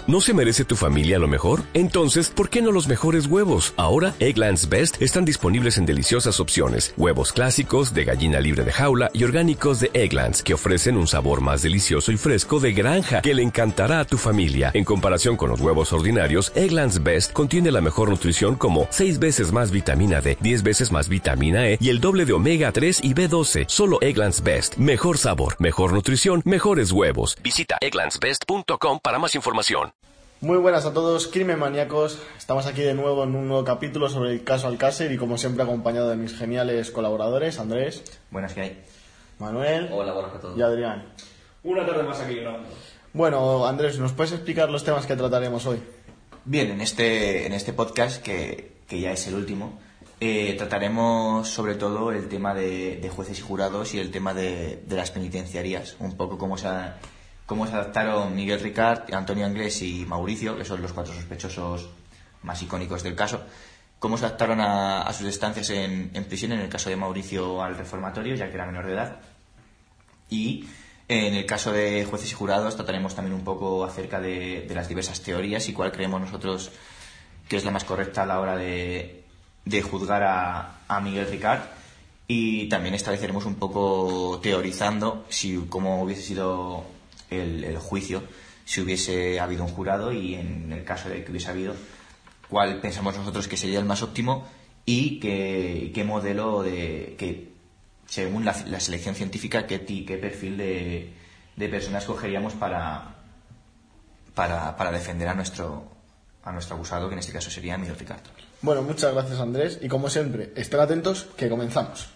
¿No se merece tu familia lo mejor? Entonces, ¿por qué no los mejores huevos? Ahora, Eggland's Best están disponibles en deliciosas opciones. Huevos clásicos, de gallina libre de jaula y orgánicos de Eggland's, que ofrecen un sabor más delicioso y fresco de granja que le encantará a tu familia. En comparación con los huevos ordinarios, Eggland's Best contiene la mejor nutrición como 6 veces más vitamina D, 10 veces más vitamina E y el doble de omega 3 y B12. Solo Eggland's Best. Mejor sabor, mejor nutrición, mejores huevos. Visita egglandsbest.com para más información. Muy buenas a todos, crimen maníacos. Estamos aquí de nuevo en un nuevo capítulo sobre el caso Alcácer y como siempre acompañado de mis geniales colaboradores, Andrés. Buenas, ¿qué hay? Manuel. Hola, buenas a todos. Y Adrián. Una tarde más aquí grabando. Bueno, Andrés, ¿nos puedes explicar los temas que trataremos hoy? Bien, en este podcast, que ya es el último, trataremos sobre todo el tema de jueces y jurados y el tema de las penitenciarías. Un poco cómo se adaptaron Miguel Ricard, Antonio Anglés y Mauricio, que son los 4 sospechosos más icónicos del caso, cómo se adaptaron a sus estancias en prisión, en el caso de Mauricio al reformatorio, ya que era menor de edad. Y en el caso de jueces y jurados trataremos también un poco acerca de las diversas teorías y cuál creemos nosotros que es la más correcta a la hora de juzgar a Miguel Ricard. Y también estableceremos un poco teorizando cómo hubiese sido el juicio si hubiese habido un jurado y en el caso de que hubiese habido, cuál pensamos nosotros que sería el más óptimo y qué modelo que según la selección científica qué perfil de personas cogeríamos para defender a nuestro acusado, que en este caso sería Miguel Ricard. Bueno, muchas gracias, Andrés, y como siempre, estén atentos que comenzamos.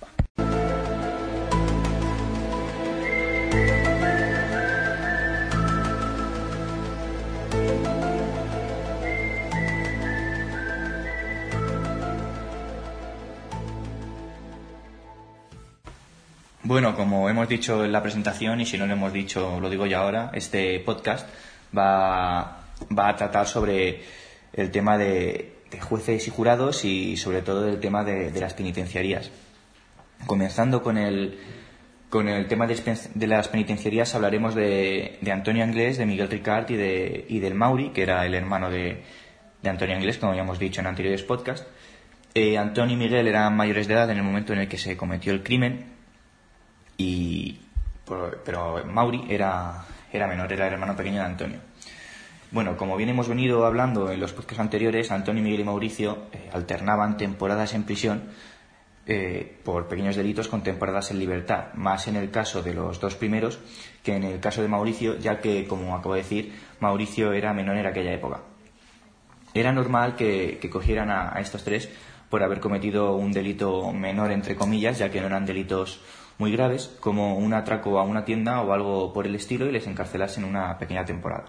Bueno, como hemos dicho en la presentación, y si no lo hemos dicho, lo digo ya ahora, este podcast va a tratar sobre el tema de jueces y jurados y sobre todo el tema de las penitenciarías. Comenzando con el tema de las penitenciarías, hablaremos de Antonio Anglés, de Miguel Ricard y del Mauri, que era el hermano de Antonio Anglés, como ya hemos dicho en anteriores podcasts. Antonio y Miguel eran mayores de edad en el momento en el que se cometió el crimen, pero Mauri era menor, era el hermano pequeño de Antonio. Bueno, como bien hemos venido hablando en los podcasts anteriores, Antonio, Miguel y Mauricio alternaban temporadas en prisión por pequeños delitos con temporadas en libertad, más en el caso de los dos primeros que en el caso de Mauricio, ya que, como acabo de decir, Mauricio era menor en aquella época. Era normal que cogieran a estos tres por haber cometido un delito menor, entre comillas, ya que no eran delitos muy graves, como un atraco a una tienda o algo por el estilo, y les encarcelasen una pequeña temporada.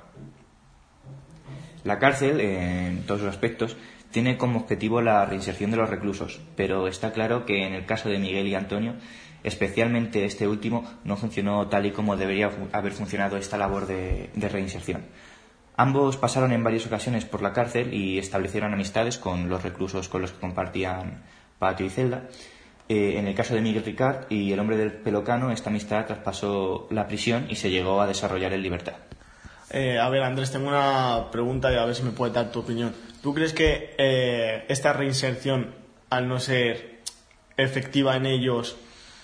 La cárcel, en todos los aspectos, tiene como objetivo la reinserción de los reclusos, pero está claro que en el caso de Miguel y Antonio, especialmente este último, no funcionó tal y como debería haber funcionado esta labor de reinserción. Ambos pasaron en varias ocasiones por la cárcel y establecieron amistades con los reclusos con los que compartían patio y celda. En el caso de Miguel Ricard y el hombre del pelo cano, esta amistad traspasó la prisión y se llegó a desarrollar en libertad. A ver, Andrés, tengo una pregunta y a ver si me puedes dar tu opinión. ¿Tú crees que esta reinserción, al no ser efectiva en ellos,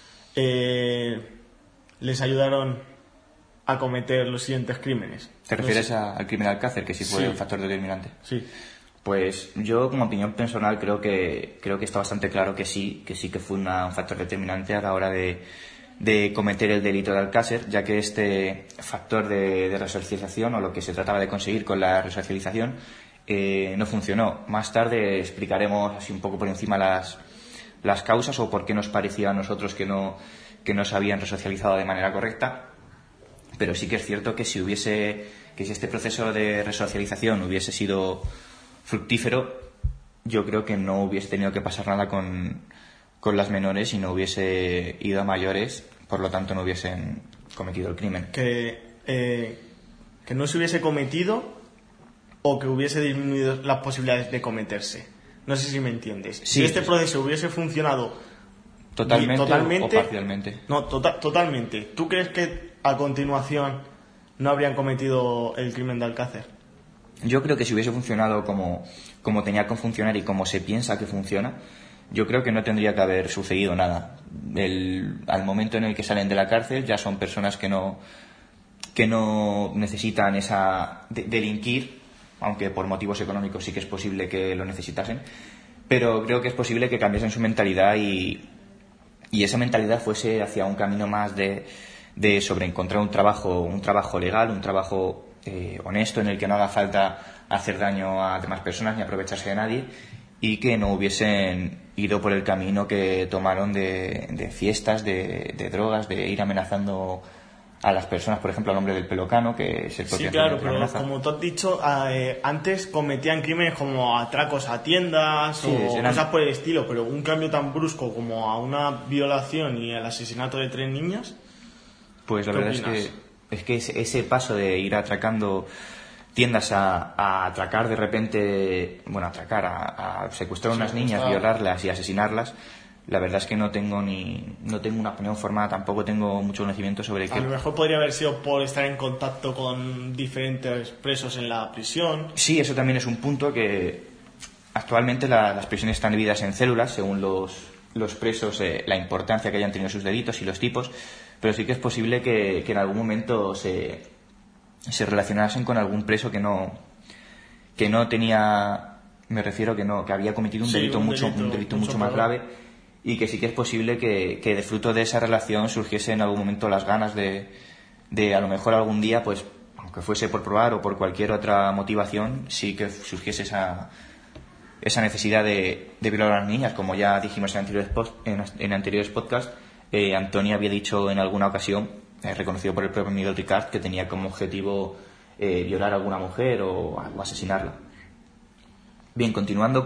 les ayudaron a cometer los siguientes crímenes? ¿Te refieres al crimen de Alcácer, que sí fue un factor determinante? Sí. Pues yo, como opinión personal, creo que está bastante claro que sí que fue un factor determinante a la hora de cometer el delito de Alcácer, ya que este factor de resocialización, o lo que se trataba de conseguir con la resocialización, no funcionó. Más tarde explicaremos así un poco por encima las causas o por qué nos parecía a nosotros que no se habían resocializado de manera correcta. Pero sí que es cierto que si este proceso de resocialización hubiese sido fructífero, yo creo que no hubiese tenido que pasar nada con las menores y no hubiese ido a mayores, por lo tanto no hubiesen cometido el crimen. Que no se hubiese cometido o que hubiese disminuido las posibilidades de cometerse. No sé si me entiendes. Sí, si este proceso hubiese funcionado totalmente o parcialmente. No, totalmente. ¿Tú crees que a continuación no habrían cometido el crimen de Alcácer? Yo creo que si hubiese funcionado como tenía que funcionar y como se piensa que funciona, yo creo que no tendría que haber sucedido nada. Al momento en el que salen de la cárcel ya son personas que no necesitan delinquir, aunque por motivos económicos sí que es posible que lo necesitasen, pero creo que es posible que cambiasen su mentalidad y esa mentalidad fuese hacia un camino más de sobre encontrar un trabajo legal, un trabajo honesto en el que no haga falta hacer daño a demás personas ni aprovecharse de nadie, y que no hubiesen ido por el camino que tomaron de fiestas, de drogas, de ir amenazando a las personas, por ejemplo, al hombre del pelocano, que es el propio. Sí, claro, pero como tú has dicho, antes cometían crímenes como atracos a tiendas, sí, o cosas por el estilo, pero un cambio tan brusco como a una violación y el asesinato de 3 niñas. Pues la verdad es que ese paso de ir atracando tiendas a atracar de repente, a secuestrar a unas niñas, violarlas y asesinarlas, la verdad es que no tengo una opinión formada, tampoco tengo mucho conocimiento sobre qué. A lo mejor podría haber sido por estar en contacto con diferentes presos en la prisión. Sí, eso también es un punto, que actualmente las prisiones están divididas en células según los presos, la importancia que hayan tenido sus delitos y los tipos, pero sí que es posible que en algún momento se relacionasen con algún preso que no tenía, me refiero que había cometido un delito mucho más grave, y que sí que es posible que de fruto de esa relación surgiese en algún momento las ganas de a lo mejor algún día, pues aunque fuese por probar o por cualquier otra motivación, sí que surgiese esa necesidad de violar a las niñas. Como ya dijimos en anteriores podcasts, Antonio había dicho en alguna ocasión, reconocido por el propio Miguel Ricard, que tenía como objetivo violar a alguna mujer o asesinarla. Bien, continuando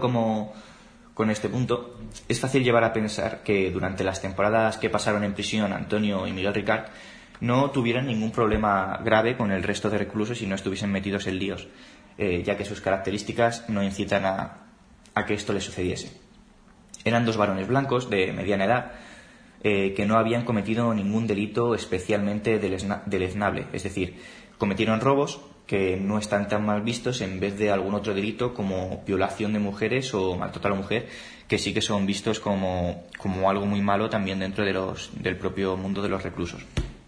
con este punto, es fácil llevar a pensar que durante las temporadas que pasaron en prisión Antonio y Miguel Ricard no tuvieran ningún problema grave con el resto de reclusos y no estuviesen metidos en líos, ya que sus características no incitan a que esto les sucediese. Eran 2 varones blancos de mediana edad, que no habían cometido ningún delito especialmente deleznable, es decir, cometieron robos que no están tan mal vistos en vez de algún otro delito como violación de mujeres o maltrato a la mujer, que sí que son vistos como algo muy malo también dentro del propio mundo de los reclusos.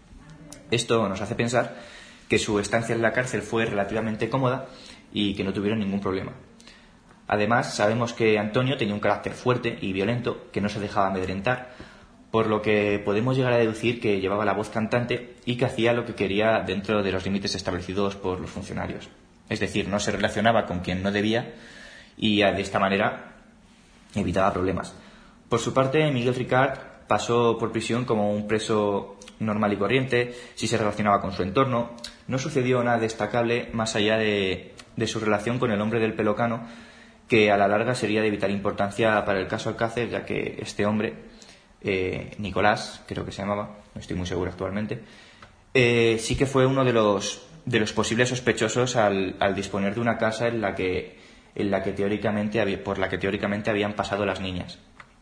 Esto nos hace pensar que su estancia en la cárcel fue relativamente cómoda y que no tuvieron ningún problema. Además, sabemos que Antonio tenía un carácter fuerte y violento que no se dejaba amedrentar, por lo que podemos llegar a deducir que llevaba la voz cantante y que hacía lo que quería dentro de los límites establecidos por los funcionarios. Es decir, no se relacionaba con quien no debía y de esta manera evitaba problemas. Por su parte, Miguel Ricard pasó por prisión como un preso normal y corriente, sí se relacionaba con su entorno. No sucedió nada destacable más allá de su relación con el hombre del pelocano, que a la larga sería de vital importancia para el caso Alcácer, ya que este hombre, Nicolás, creo que se llamaba, no estoy muy seguro actualmente, sí que fue uno de los posibles sospechosos al disponer de una casa por la que teóricamente habían pasado las niñas.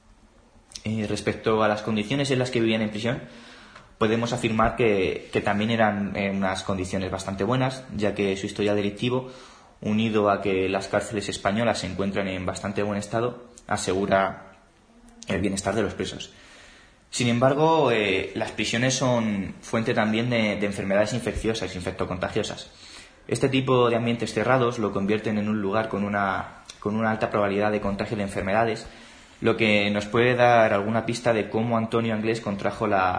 Respecto a las condiciones en las que vivían en prisión, podemos afirmar que también eran unas condiciones bastante buenas, ya que su historial delictivo, unido a que las cárceles españolas se encuentran en bastante buen estado, asegura el bienestar de los presos. Sin embargo, las prisiones son fuente también de enfermedades infecciosas, infectocontagiosas. Este tipo de ambientes cerrados lo convierten en un lugar con una alta probabilidad de contagio de enfermedades, lo que nos puede dar alguna pista de cómo Antonio Anglés contrajo la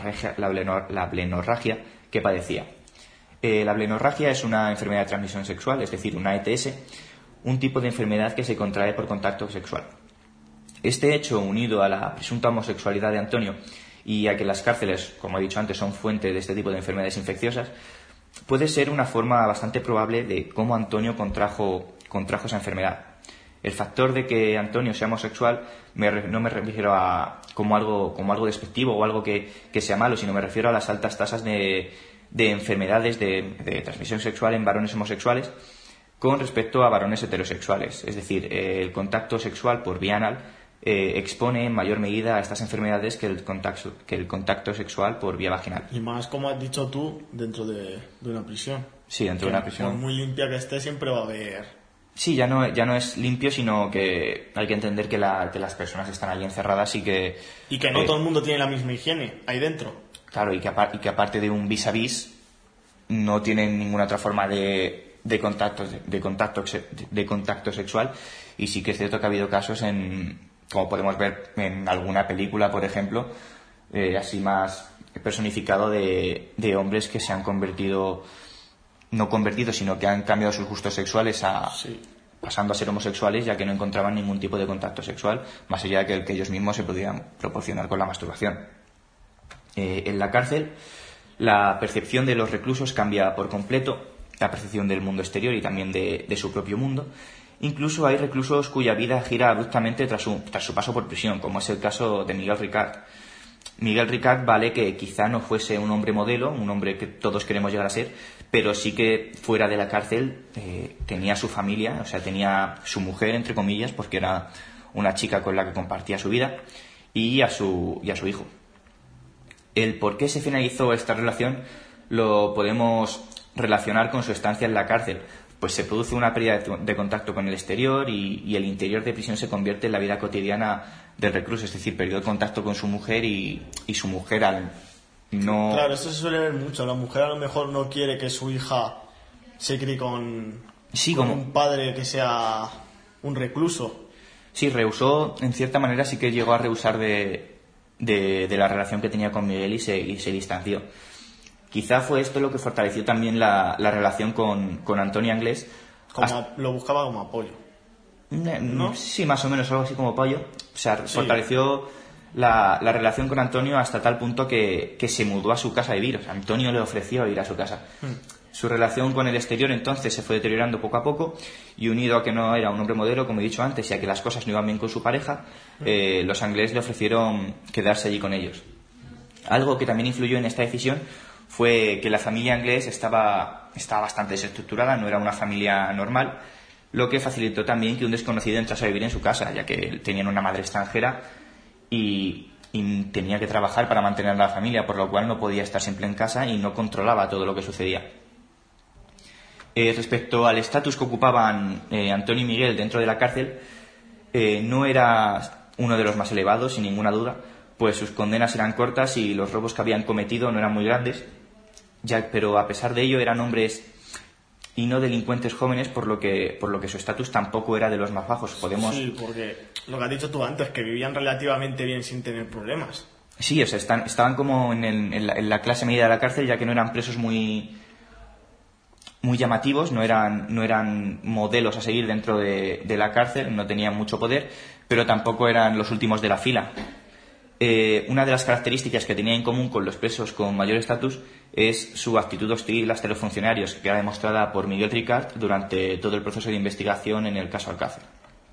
blenorragia que padecía. La blenorragia es una enfermedad de transmisión sexual, es decir, una ETS, un tipo de enfermedad que se contrae por contacto sexual. Este hecho, unido a la presunta homosexualidad de Antonio y a que las cárceles, como he dicho antes, son fuente de este tipo de enfermedades infecciosas, puede ser una forma bastante probable de cómo Antonio contrajo esa enfermedad. El factor de que Antonio sea homosexual no me refiero a como algo despectivo o algo que sea malo, sino me refiero a las altas tasas de enfermedades de transmisión sexual en varones homosexuales con respecto a varones heterosexuales. Es decir, el contacto sexual por vía anal expone en mayor medida a estas enfermedades que el contacto sexual por vía vaginal. Y más, como has dicho tú, dentro de una prisión. Sí, dentro de una prisión. Por muy limpia que esté, siempre va a haber... Sí, ya no es limpio, sino que hay que entender que las personas están allí encerradas y que... Y que no todo el mundo tiene la misma higiene ahí dentro. Claro, y que aparte de un vis a vis, no tienen ninguna otra forma de contacto sexual. Y sí que es cierto que ha habido casos, como podemos ver en alguna película, por ejemplo, así más personificado, de hombres que se han convertido, no convertidos, sino que han cambiado sus gustos sexuales pasando a ser homosexuales, ya que no encontraban ningún tipo de contacto sexual, más allá de que el que ellos mismos se podían proporcionar con la masturbación. En la cárcel, la percepción de los reclusos cambia por completo, la percepción del mundo exterior y también de su propio mundo. Incluso hay reclusos cuya vida gira abruptamente tras su paso por prisión, como es el caso de Miguel Ricard. Miguel Ricard, vale que quizá no fuese un hombre modelo, un hombre que todos queremos llegar a ser, pero sí que fuera de la cárcel tenía su familia, o sea, tenía su mujer, entre comillas, porque era una chica con la que compartía su vida, y a su hijo. El por qué se finalizó esta relación lo podemos relacionar con su estancia en la cárcel. Pues se produce una pérdida de contacto con el exterior y el interior de prisión se convierte en la vida cotidiana del recluso, es decir, perdió el contacto con su mujer y su mujer al no... Claro, esto se suele ver mucho. La mujer a lo mejor no quiere que su hija se críe con un padre que sea un recluso. Sí, rehusó, en cierta manera sí que llegó a rehusar de la relación que tenía con Miguel y se distanció. Quizá fue esto lo que fortaleció también la relación con Antonio Anglés. Lo buscaba como apoyo, ¿no? Sí, más o menos algo así como apoyo. O sea, fortaleció la relación con Antonio hasta tal punto que se mudó a su casa a vivir. O sea, Antonio le ofreció ir a su casa. Su relación con el exterior entonces se fue deteriorando poco a poco, y unido a que no era un hombre modelo, como he dicho antes, y a que las cosas no iban bien con su pareja, los Anglés le ofrecieron quedarse allí con ellos. Algo que también influyó en esta decisión fue que la familia Anglés estaba bastante desestructurada, no era una familia normal, lo que facilitó también que un desconocido entrase a vivir en su casa, ya que tenían una madre extranjera y tenía que trabajar para mantener a la familia, por lo cual no podía estar siempre en casa y no controlaba todo lo que sucedía. Respecto al estatus que ocupaban Antonio y Miguel dentro de la cárcel, no era uno de los más elevados, sin ninguna duda, pues sus condenas eran cortas y los robos que habían cometido no eran muy grandes, pero a pesar de ello eran hombres y no delincuentes jóvenes, por lo que su estatus tampoco era de los más bajos. Sí, porque lo que has dicho tú antes, que vivían relativamente bien sin tener problemas. Sí, o sea, estaban como en la clase media de la cárcel, ya que no eran presos muy llamativos, no eran modelos a seguir dentro de la cárcel, no tenían mucho poder, pero tampoco eran los últimos de la fila. Una de las características que tenía en común con los presos con mayor estatus es su actitud hostil hacia los funcionarios, que queda demostrada por Miguel Ricard durante todo el proceso de investigación en el caso Alcácer.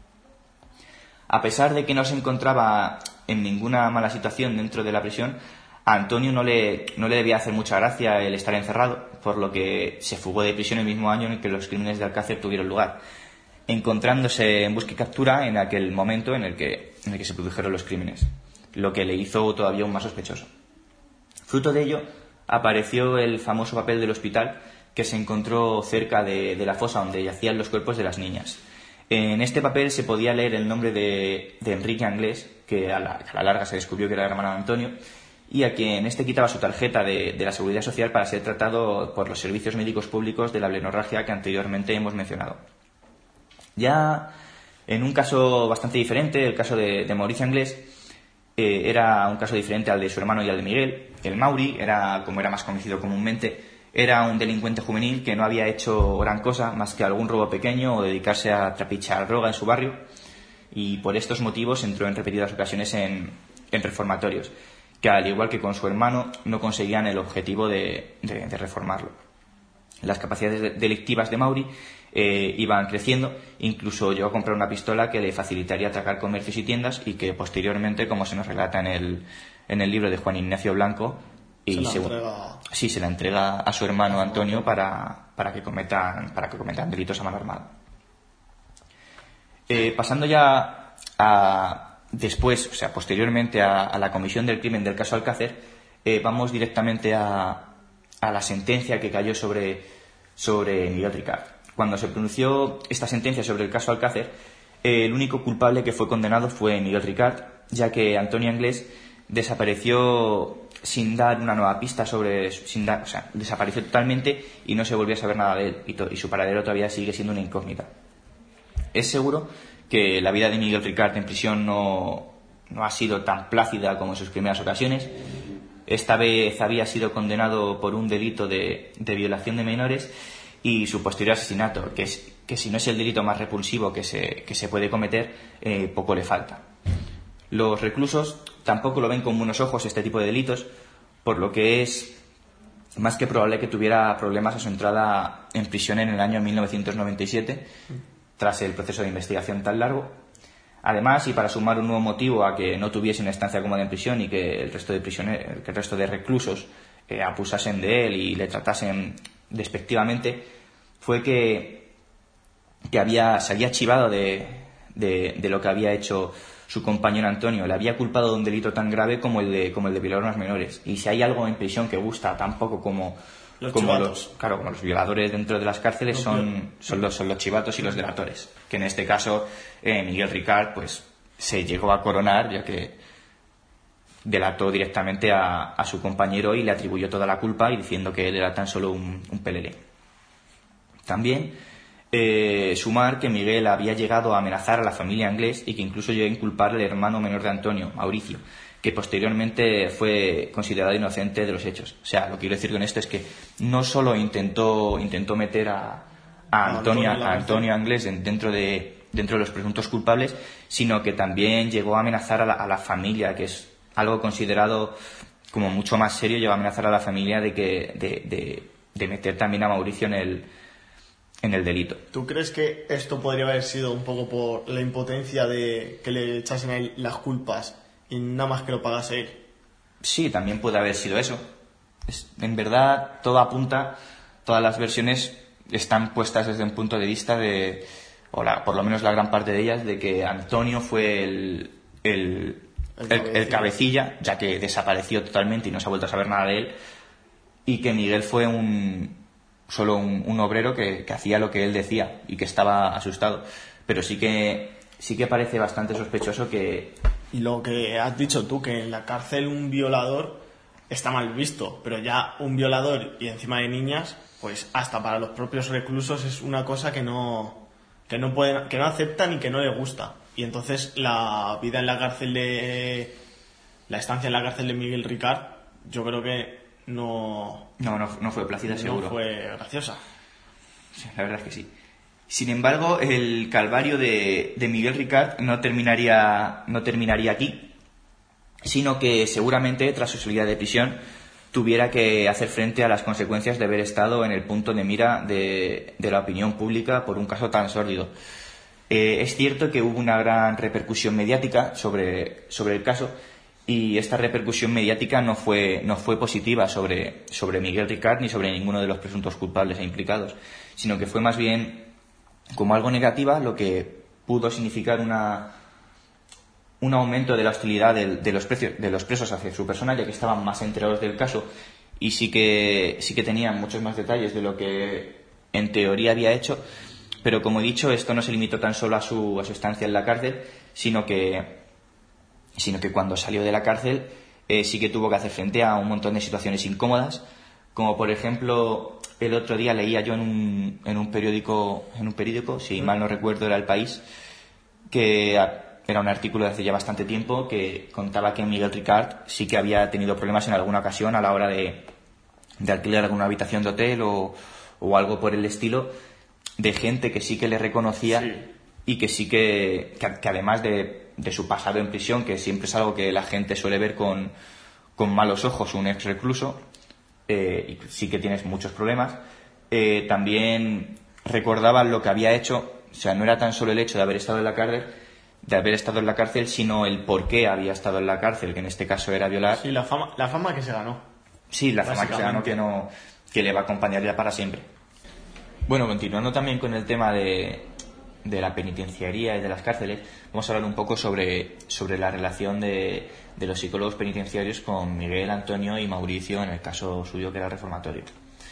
A pesar de que no se encontraba en ninguna mala situación dentro de la prisión, a Antonio no le debía hacer mucha gracia el estar encerrado, por lo que se fugó de prisión el mismo año en el que los crímenes de Alcácer tuvieron lugar, encontrándose en busca y captura en aquel momento en el que se produjeron los crímenes, lo que le hizo todavía aún más sospechoso. Fruto de ello, apareció el famoso papel del hospital que se encontró cerca de la fosa donde yacían los cuerpos de las niñas. En este papel se podía leer el nombre de Enrique Anglés, que a la larga se descubrió que era el hermano de Antonio, y a quien este quitaba su tarjeta de la Seguridad Social para ser tratado por los servicios médicos públicos de la blenorragia que anteriormente hemos mencionado. Ya en un caso bastante diferente, el caso de Mauricio Anglés, era un caso diferente al de su hermano y al de Miguel. El Mauri, como era más conocido comúnmente, era un delincuente juvenil que no había hecho gran cosa más que algún robo pequeño o dedicarse a trapichar droga en su barrio, y por estos motivos entró en repetidas ocasiones en reformatorios, que al igual que con su hermano no conseguían el objetivo de reformarlo. Las capacidades delictivas de Mauri iban creciendo, incluso llegó a comprar una pistola que le facilitaría atracar comercios y tiendas, y que posteriormente, como se nos relata en el libro de Juan Ignacio Blanco, se la entrega a su hermano Antonio para que cometan delitos a mano armada. Pasando ya posteriormente a la comisión del crimen del caso Alcácer, vamos directamente a la sentencia que cayó sobre sobre Miguel Ricard. Cuando se pronunció esta sentencia sobre el caso Alcácer, el único culpable que fue condenado fue Miguel Ricard, ya que Antonio Anglés desapareció sin dar una nueva pista desapareció totalmente y no se volvió a saber nada de él, y su paradero todavía sigue siendo una incógnita. Es seguro que la vida de Miguel Ricard en prisión no ha sido tan plácida como en sus primeras ocasiones. Esta vez había sido condenado por un delito de violación de menores y su posterior asesinato, que si no es el delito más repulsivo que se puede cometer, poco le falta. Los reclusos tampoco lo ven con buenos ojos este tipo de delitos, por lo que es más que probable que tuviera problemas a su entrada en prisión en el año 1997, tras el proceso de investigación tan largo. Además, y para sumar un nuevo motivo a que no tuviese una estancia cómoda en prisión y que el resto de reclusos abusasen de él y le tratasen despectivamente, fue que se había chivado de lo que había hecho su compañero Antonio. Le había culpado de un delito tan grave como el de violar a unos menores. Y si hay algo en prisión que gusta tan poco como los violadores dentro de las cárceles, son los chivatos y los delatores, que en este caso Miguel Ricard pues se llegó a coronar, ya que delató directamente a su compañero y le atribuyó toda la culpa, y diciendo que él era tan solo un pelele. También sumar que Miguel había llegado a amenazar a la familia Anglés y que incluso llegó a inculpar al hermano menor de Antonio, Mauricio, que posteriormente fue considerado inocente de los hechos. O sea, lo que quiero decir con esto es que no solo intentó meter a Antonio Anglés dentro de los presuntos culpables, sino que también llegó a amenazar a la familia, que es algo considerado como mucho más serio. Llegó a amenazar a la familia de meter también a Mauricio en el delito. ¿Tú crees que esto podría haber sido un poco por la impotencia de que le echasen a él las culpas y nada más que lo pagase él? Sí, también puede haber sido eso. En verdad, todo apunta, todas las versiones están puestas desde un punto de vista por lo menos la gran parte de ellas, de que Antonio fue el cabecilla, ya que desapareció totalmente y no se ha vuelto a saber nada de él, y que Miguel fue solo un obrero que hacía lo que él decía y que estaba asustado. Pero sí que parece bastante sospechoso que... Y lo que has dicho tú, que en la cárcel un violador está mal visto, pero ya un violador y encima de niñas, pues hasta para los propios reclusos es una cosa que no aceptan y que no les gusta. Y entonces la vida en la cárcel la estancia en la cárcel de Miguel Ricard, yo creo que no fue plácida, seguro. No fue graciosa. Sí, la verdad es que sí. Sin embargo, el calvario de Miguel Ricard no terminaría aquí, sino que seguramente tras su salida de prisión tuviera que hacer frente a las consecuencias de haber estado en el punto de mira de la opinión pública por un caso tan sórdido. Es cierto que hubo una gran repercusión mediática sobre el caso, y esta repercusión mediática no fue positiva sobre Miguel Ricard ni sobre ninguno de los presuntos culpables e implicados, sino que fue más bien como algo negativa, lo que pudo significar un aumento de la hostilidad de los presos hacia su persona, ya que estaban más enterados del caso y sí que tenían muchos más detalles de lo que en teoría había hecho. Pero como he dicho, esto no se limitó tan solo a su estancia en la cárcel, sino que cuando salió de la cárcel sí que tuvo que hacer frente a un montón de situaciones incómodas, como por ejemplo el otro día leía yo en un periódico, si mal no recuerdo era El País, que era un artículo de hace ya bastante tiempo, que contaba que Miguel Ricard sí que había tenido problemas en alguna ocasión a la hora de alquilar alguna habitación de hotel o algo por el estilo, de gente que sí que le reconocía, sí, y que sí que además de su pasado en prisión, que siempre es algo que la gente suele ver con malos ojos un ex recluso, y sí que tienes muchos problemas, también recordaban lo que había hecho. O sea, no era tan solo el hecho de haber estado en la cárcel, sino el por qué había estado en la cárcel, que en este caso era violar. Sí, la fama que se ganó. Sí, la fama que se ganó, que le va a acompañar ya para siempre. Bueno, continuando también con el tema de la penitenciaría y de las cárceles, vamos a hablar un poco sobre la relación de los psicólogos penitenciarios con Miguel, Antonio y Mauricio en el caso suyo, que era el reformatorio.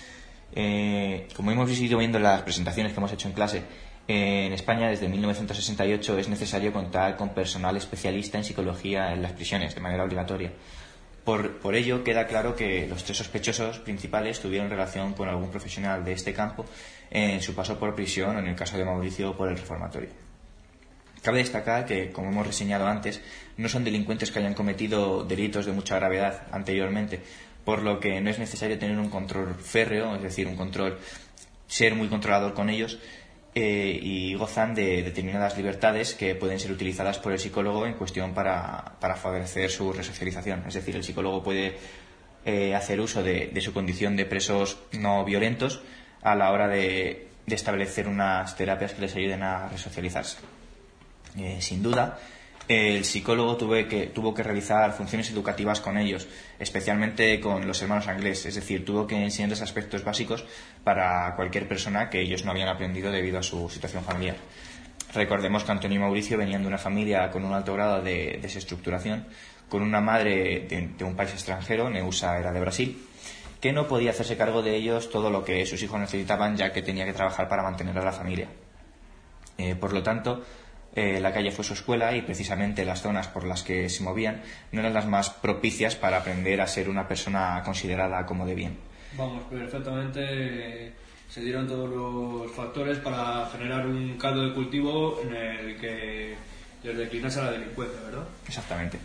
Como hemos ido viendo en las presentaciones que hemos hecho en clase, en España desde 1968 es necesario contar con personal especialista en psicología en las prisiones de manera obligatoria. Por ello queda claro que los 3 sospechosos principales tuvieron relación con algún profesional de este campo en su paso por prisión o, en el caso de Mauricio, por el reformatorio. Cabe destacar que, como hemos reseñado antes, no son delincuentes que hayan cometido delitos de mucha gravedad anteriormente, por lo que no es necesario tener un control férreo, es decir, ser muy controlador con ellos, y gozan de determinadas libertades que pueden ser utilizadas por el psicólogo en cuestión para favorecer su resocialización. Es decir, el psicólogo puede hacer uso de su condición de presos no violentos a la hora de establecer unas terapias que les ayuden a resocializarse. Sin duda, el psicólogo tuvo que realizar funciones educativas con ellos, especialmente con los hermanos Anglés, es decir, tuvo que enseñarles aspectos básicos para cualquier persona que ellos no habían aprendido debido a su situación familiar. Recordemos que Antonio y Mauricio venían de una familia con un alto grado de desestructuración, con una madre de un país extranjero, Neusa era de Brasil, que no podía hacerse cargo de ellos todo lo que sus hijos necesitaban, ya que tenía que trabajar para mantener a la familia. Por lo tanto, la calle fue su escuela y precisamente las zonas por las que se movían no eran las más propicias para aprender a ser una persona considerada como de bien. Vamos, perfectamente se dieron todos los factores para generar un caldo de cultivo en el que les declinase la delincuencia, ¿verdad? Exactamente.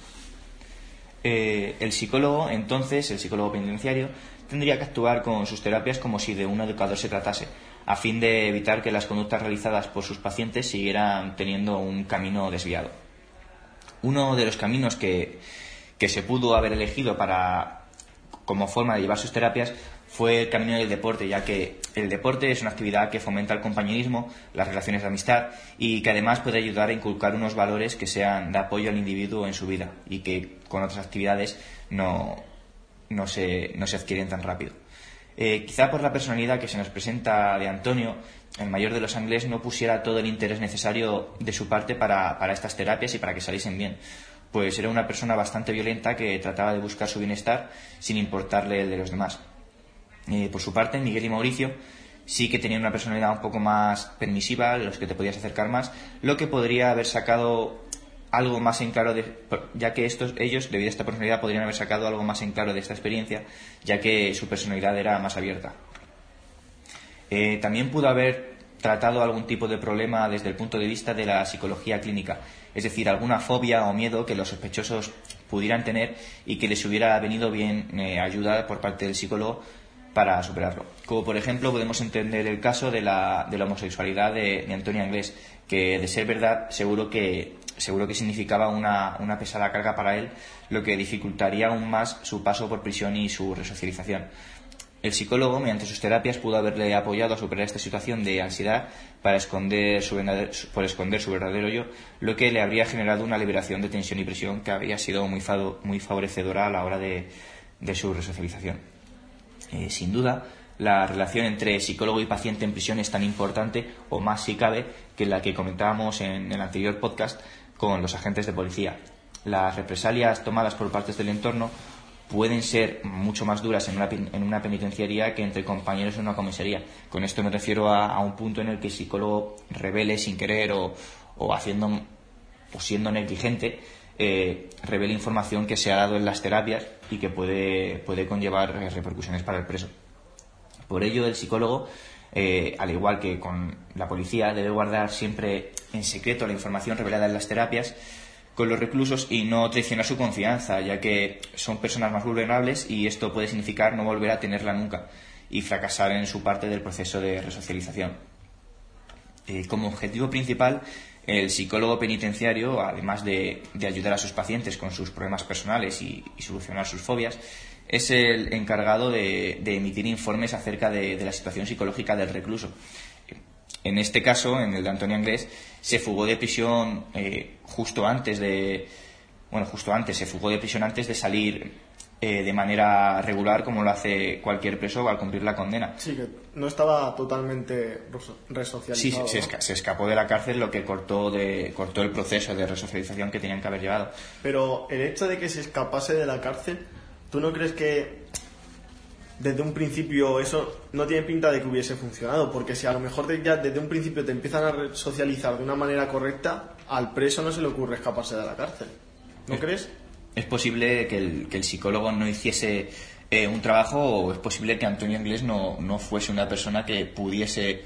El psicólogo penitenciario, tendría que actuar con sus terapias como si de un educador se tratase, a fin de evitar que las conductas realizadas por sus pacientes siguieran teniendo un camino desviado. Uno de los caminos que se pudo haber elegido como forma de llevar sus terapias fue el camino del deporte, ya que el deporte es una actividad que fomenta el compañerismo, las relaciones de amistad y que además puede ayudar a inculcar unos valores que sean de apoyo al individuo en su vida y que con otras actividades no se adquieren tan rápido. Quizá por la personalidad que se nos presenta de Antonio, el mayor de los Anglés no pusiera todo el interés necesario de su parte para estas terapias y para que saliesen bien, pues era una persona bastante violenta que trataba de buscar su bienestar sin importarle el de los demás. Por su parte, Miguel y Mauricio sí que tenían una personalidad un poco más permisiva, a los que te podías acercar más, lo que podría haber sacado algo más en claro, ya que ellos, debido a esta personalidad, podrían haber sacado algo más en claro de esta experiencia, ya que su personalidad era más abierta. También pudo haber tratado algún tipo de problema desde el punto de vista de la psicología clínica, es decir, alguna fobia o miedo que los sospechosos pudieran tener y que les hubiera venido bien ayuda por parte del psicólogo para superarlo. Como por ejemplo podemos entender el caso de la homosexualidad de Antonio Anglés, que de ser verdad seguro que significaba una pesada carga para él, lo que dificultaría aún más su paso por prisión y su resocialización. El psicólogo, mediante sus terapias, pudo haberle apoyado a superar esta situación de ansiedad por esconder su verdadero yo, lo que le habría generado una liberación de tensión y presión que habría sido muy favorecedora a la hora de su resocialización. Sin duda, la relación entre psicólogo y paciente en prisión es tan importante, o más si cabe, que la que comentábamos en el anterior podcast con los agentes de policía. Las represalias tomadas por partes del entorno pueden ser mucho más duras en una penitenciaría que entre compañeros en una comisaría. Con esto me refiero a un punto en el que el psicólogo revele sin querer o siendo negligente, revele información que se ha dado en las terapias y que puede conllevar repercusiones para el preso. Por ello, el psicólogo, al igual que con la policía, debe guardar siempre en secreto la información revelada en las terapias con los reclusos y no traicionar su confianza, ya que son personas más vulnerables y esto puede significar no volver a tenerla nunca y fracasar en su parte del proceso de resocialización. Como objetivo principal, el psicólogo penitenciario, además de ayudar a sus pacientes con sus problemas personales y solucionar sus fobias, es el encargado de emitir informes acerca de la situación psicológica del recluso. En este caso, en el de Antonio Anglés, se fugó de prisión justo antes de salir de manera regular, como lo hace cualquier preso al cumplir la condena. Sí, que no estaba totalmente resocializado. Sí, se escapó de la cárcel, lo que cortó el proceso de resocialización que tenían que haber llevado. Pero el hecho de que se escapase de la cárcel, ¿tú no crees que desde un principio eso no tiene pinta de que hubiese funcionado, porque si a lo mejor ya desde un principio te empiezan a socializar de una manera correcta, al preso no se le ocurre escaparse de la cárcel. ¿No crees? Es posible que el psicólogo no hiciese un trabajo, o es posible que Antonio Inglés no fuese una persona que pudiese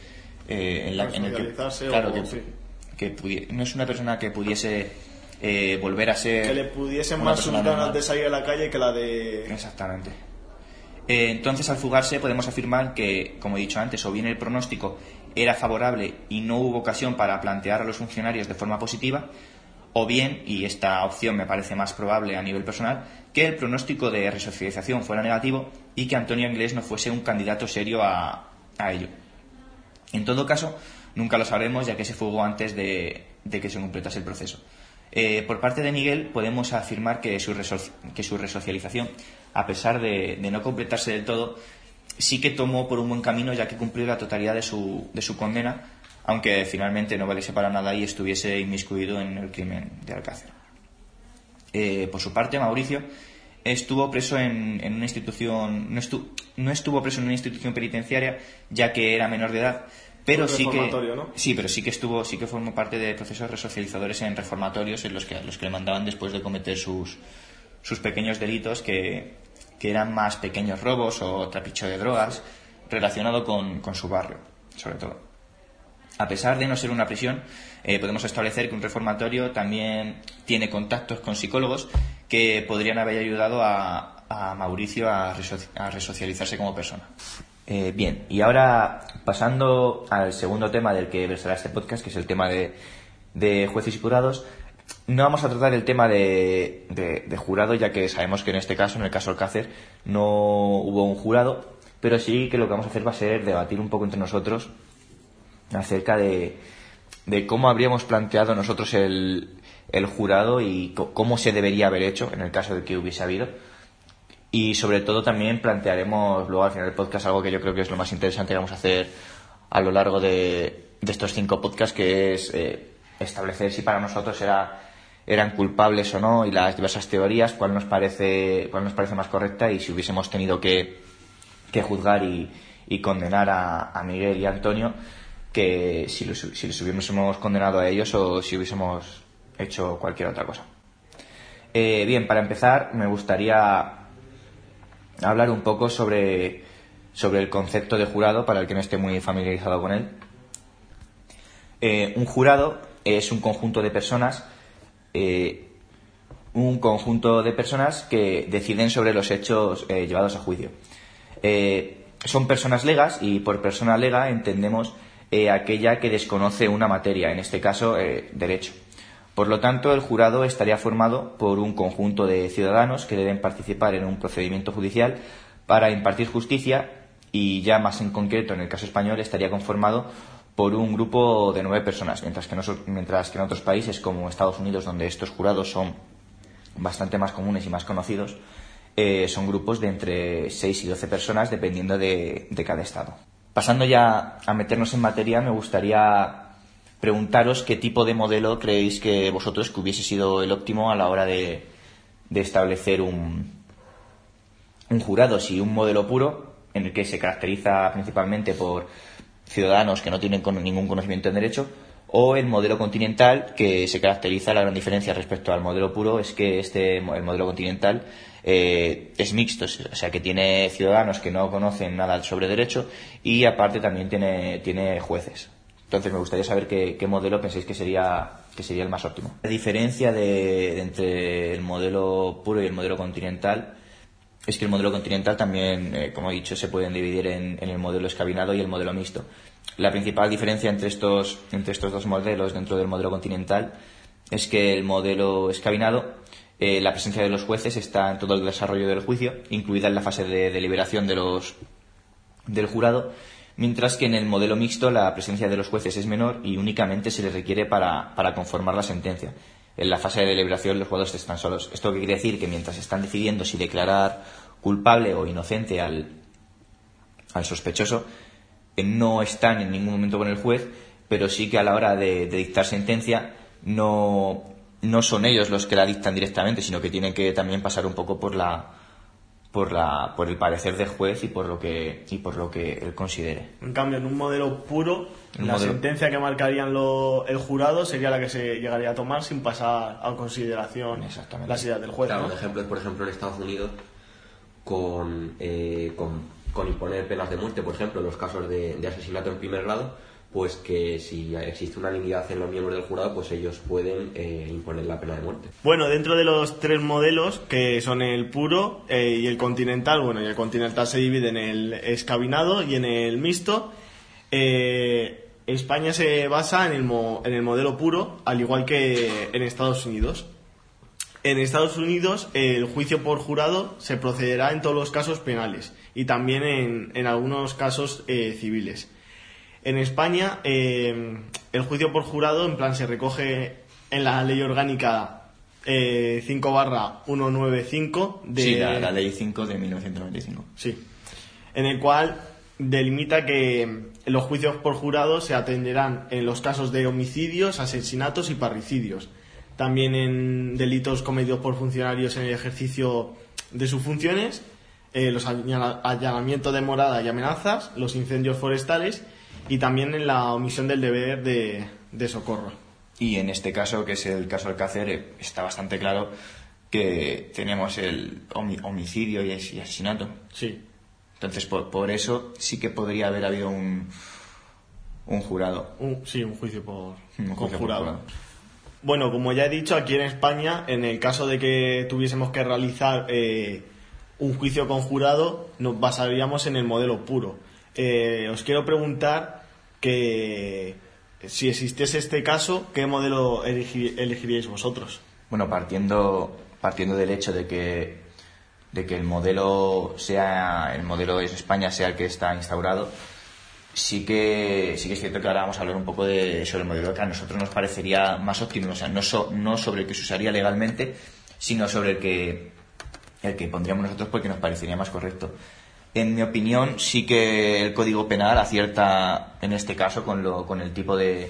no es una persona que pudiese volver a ser, que le pudiesen más sus ganas de salir a la calle que la de... Exactamente. Entonces, al fugarse, podemos afirmar que, como he dicho antes, o bien el pronóstico era favorable y no hubo ocasión para plantear a los funcionarios de forma positiva, o bien, y esta opción me parece más probable a nivel personal, que el pronóstico de resocialización fuera negativo y que Antonio Inglés no fuese un candidato serio a ello. En todo caso, nunca lo sabremos, ya que se fugó antes de que se completase el proceso. Por parte de Miguel, podemos afirmar que su resocialización, a pesar de no completarse del todo, sí que tomó por un buen camino, ya que cumplió la totalidad de su condena, aunque finalmente no valiese para nada y estuviese inmiscuido en el crimen de Alcácer. Por su parte, Mauricio estuvo preso en una institución, no estuvo preso en una institución penitenciaria, ya que era menor de edad, pero sí que, ¿no? Sí, pero sí que formó parte de procesos resocializadores en reformatorios, en los que le mandaban después de cometer sus pequeños delitos, que eran más pequeños robos o trapicho de drogas, relacionado con su barrio, sobre todo. A pesar de no ser una prisión, podemos establecer que un reformatorio también tiene contactos con psicólogos que podrían haber ayudado a Mauricio a resocializarse como persona. Bien, y ahora pasando al segundo tema del que versará este podcast, que es el tema de jueces y jurados. No vamos a tratar el tema de jurado, ya que sabemos que en este caso, en el caso Alcácer, no hubo un jurado, pero sí que lo que vamos a hacer va a ser debatir un poco entre nosotros acerca de cómo habríamos planteado nosotros el jurado y cómo se debería haber hecho en el caso de que hubiese habido. Y sobre todo también plantearemos luego al final del podcast algo que yo creo que es lo más interesante que vamos a hacer a lo largo de estos 5 podcasts, que es establecer si para nosotros eran culpables o no, y las diversas teorías, cuál nos parece más correcta, y si hubiésemos tenido que juzgar y condenar a Miguel y a Antonio, que si les hubiésemos condenado a ellos o si hubiésemos hecho cualquier otra cosa. Bien, para empezar me gustaría hablar un poco sobre el concepto de jurado, para el que no esté muy familiarizado con él. Un jurado es un conjunto de personas que deciden sobre los hechos llevados a juicio. Son personas legas, y por persona lega entendemos aquella que desconoce una materia, en este caso derecho. Por lo tanto, el jurado estaría formado por un conjunto de ciudadanos que deben participar en un procedimiento judicial para impartir justicia, y ya más en concreto en el caso español estaría conformado por un grupo de 9 personas, mientras que en otros países como Estados Unidos, donde estos jurados son bastante más comunes y más conocidos, son grupos de entre 6 y 12 personas dependiendo de cada estado. Pasando ya a meternos en materia, me gustaría preguntaros qué tipo de modelo creéis que vosotros que hubiese sido el óptimo a la hora de establecer un jurado. Si un modelo puro, en el que se caracteriza principalmente por ciudadanos que no tienen ningún conocimiento en derecho, o el modelo continental, que se caracteriza, la gran diferencia respecto al modelo puro es que el modelo continental es mixto, o sea que tiene ciudadanos que no conocen nada sobre derecho, y aparte también tiene jueces. Entonces me gustaría saber qué modelo pensáis que sería el más óptimo. La diferencia entre el modelo puro y el modelo continental es que el modelo continental también, como he dicho, se pueden dividir en el modelo escabinado y el modelo mixto. La principal diferencia entre estos dos modelos dentro del modelo continental es que el modelo escabinado, la presencia de los jueces está en todo el desarrollo del juicio, incluida en la fase de deliberación del jurado, mientras que en el modelo mixto la presencia de los jueces es menor y únicamente se les requiere para conformar la sentencia. En la fase de deliberación los jugadores están solos. Esto quiere decir que mientras están decidiendo si declarar culpable o inocente al sospechoso, no están en ningún momento con el juez, pero sí que a la hora de dictar sentencia no son ellos los que la dictan directamente, sino que tienen que también pasar un poco por por el parecer del juez y por lo que él considere. En cambio, en un modelo puro, sentencia que marcarían el jurado sería la que se llegaría a tomar sin pasar a consideración las ideas del juez. Claro, ¿no? un ejemplo es, por ejemplo, en Estados Unidos con imponer penas de muerte, por ejemplo, en los casos de asesinato en primer grado, pues que si existe unanimidad en los miembros del jurado, pues ellos pueden imponer la pena de muerte. Bueno, dentro de los 3 modelos, que son el puro y el continental, bueno, y el continental se divide en el escabinado y en el mixto. España se basa en el modelo puro, al igual que en Estados Unidos. En Estados Unidos, el juicio por jurado se procederá en todos los casos penales y también en algunos casos civiles. En España, el juicio por jurado, en plan, se recoge en la Ley Orgánica 5/195 de... Sí, la Ley 5 de 1995. Sí, en el cual delimita que los juicios por jurado se atenderán en los casos de homicidios, asesinatos y parricidios. También en delitos cometidos por funcionarios en el ejercicio de sus funciones, los allanamientos de morada y amenazas, los incendios forestales y también en la omisión del deber de socorro. Y en este caso, que es el caso Alcácer, está bastante claro que tenemos el homicidio y asesinato. Sí. Entonces, por eso sí que podría haber habido un jurado. Un juicio por juicio jurado. Por jurado. Bueno, como ya he dicho, aquí en España, en el caso de que tuviésemos que realizar un juicio con jurado, nos basaríamos en el modelo puro. Os quiero preguntar que si existiese este caso, ¿qué modelo elegiríais vosotros? Bueno, partiendo del hecho de que el modelo es España sea el que está instaurado, sí que es cierto que ahora vamos a hablar un poco sobre el modelo que a nosotros nos parecería más óptimo, o sea, no sobre el que se usaría legalmente, sino sobre el que pondríamos nosotros porque nos parecería más correcto. En mi opinión, sí que el Código Penal acierta en este caso con el tipo de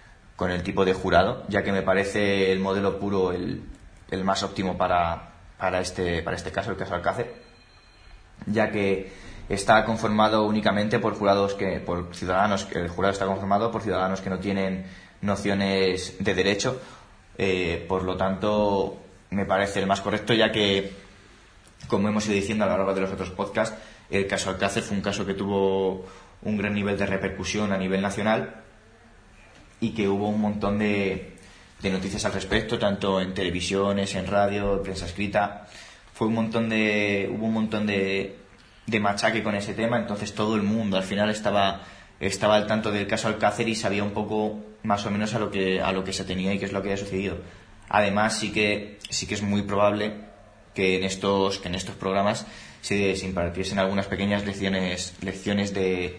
jurado, ya que me parece el modelo puro el más óptimo para este caso, el caso Alcácer, ya que está conformado únicamente por ciudadanos, el jurado está conformado por ciudadanos que no tienen nociones de derecho, por lo tanto me parece el más correcto, ya que, como hemos ido diciendo a lo largo de los otros podcasts, el caso Alcácer fue un caso que tuvo un gran nivel de repercusión a nivel nacional y que hubo un montón de noticias al respecto, tanto en televisiones, en radio, en prensa escrita. Hubo un montón de machaque con ese tema, entonces todo el mundo al final estaba al tanto del caso Alcácer y sabía un poco más o menos a lo que se tenía y qué es lo que había sucedido. Además, sí que es muy probable que en estos programas se impartiesen algunas pequeñas lecciones de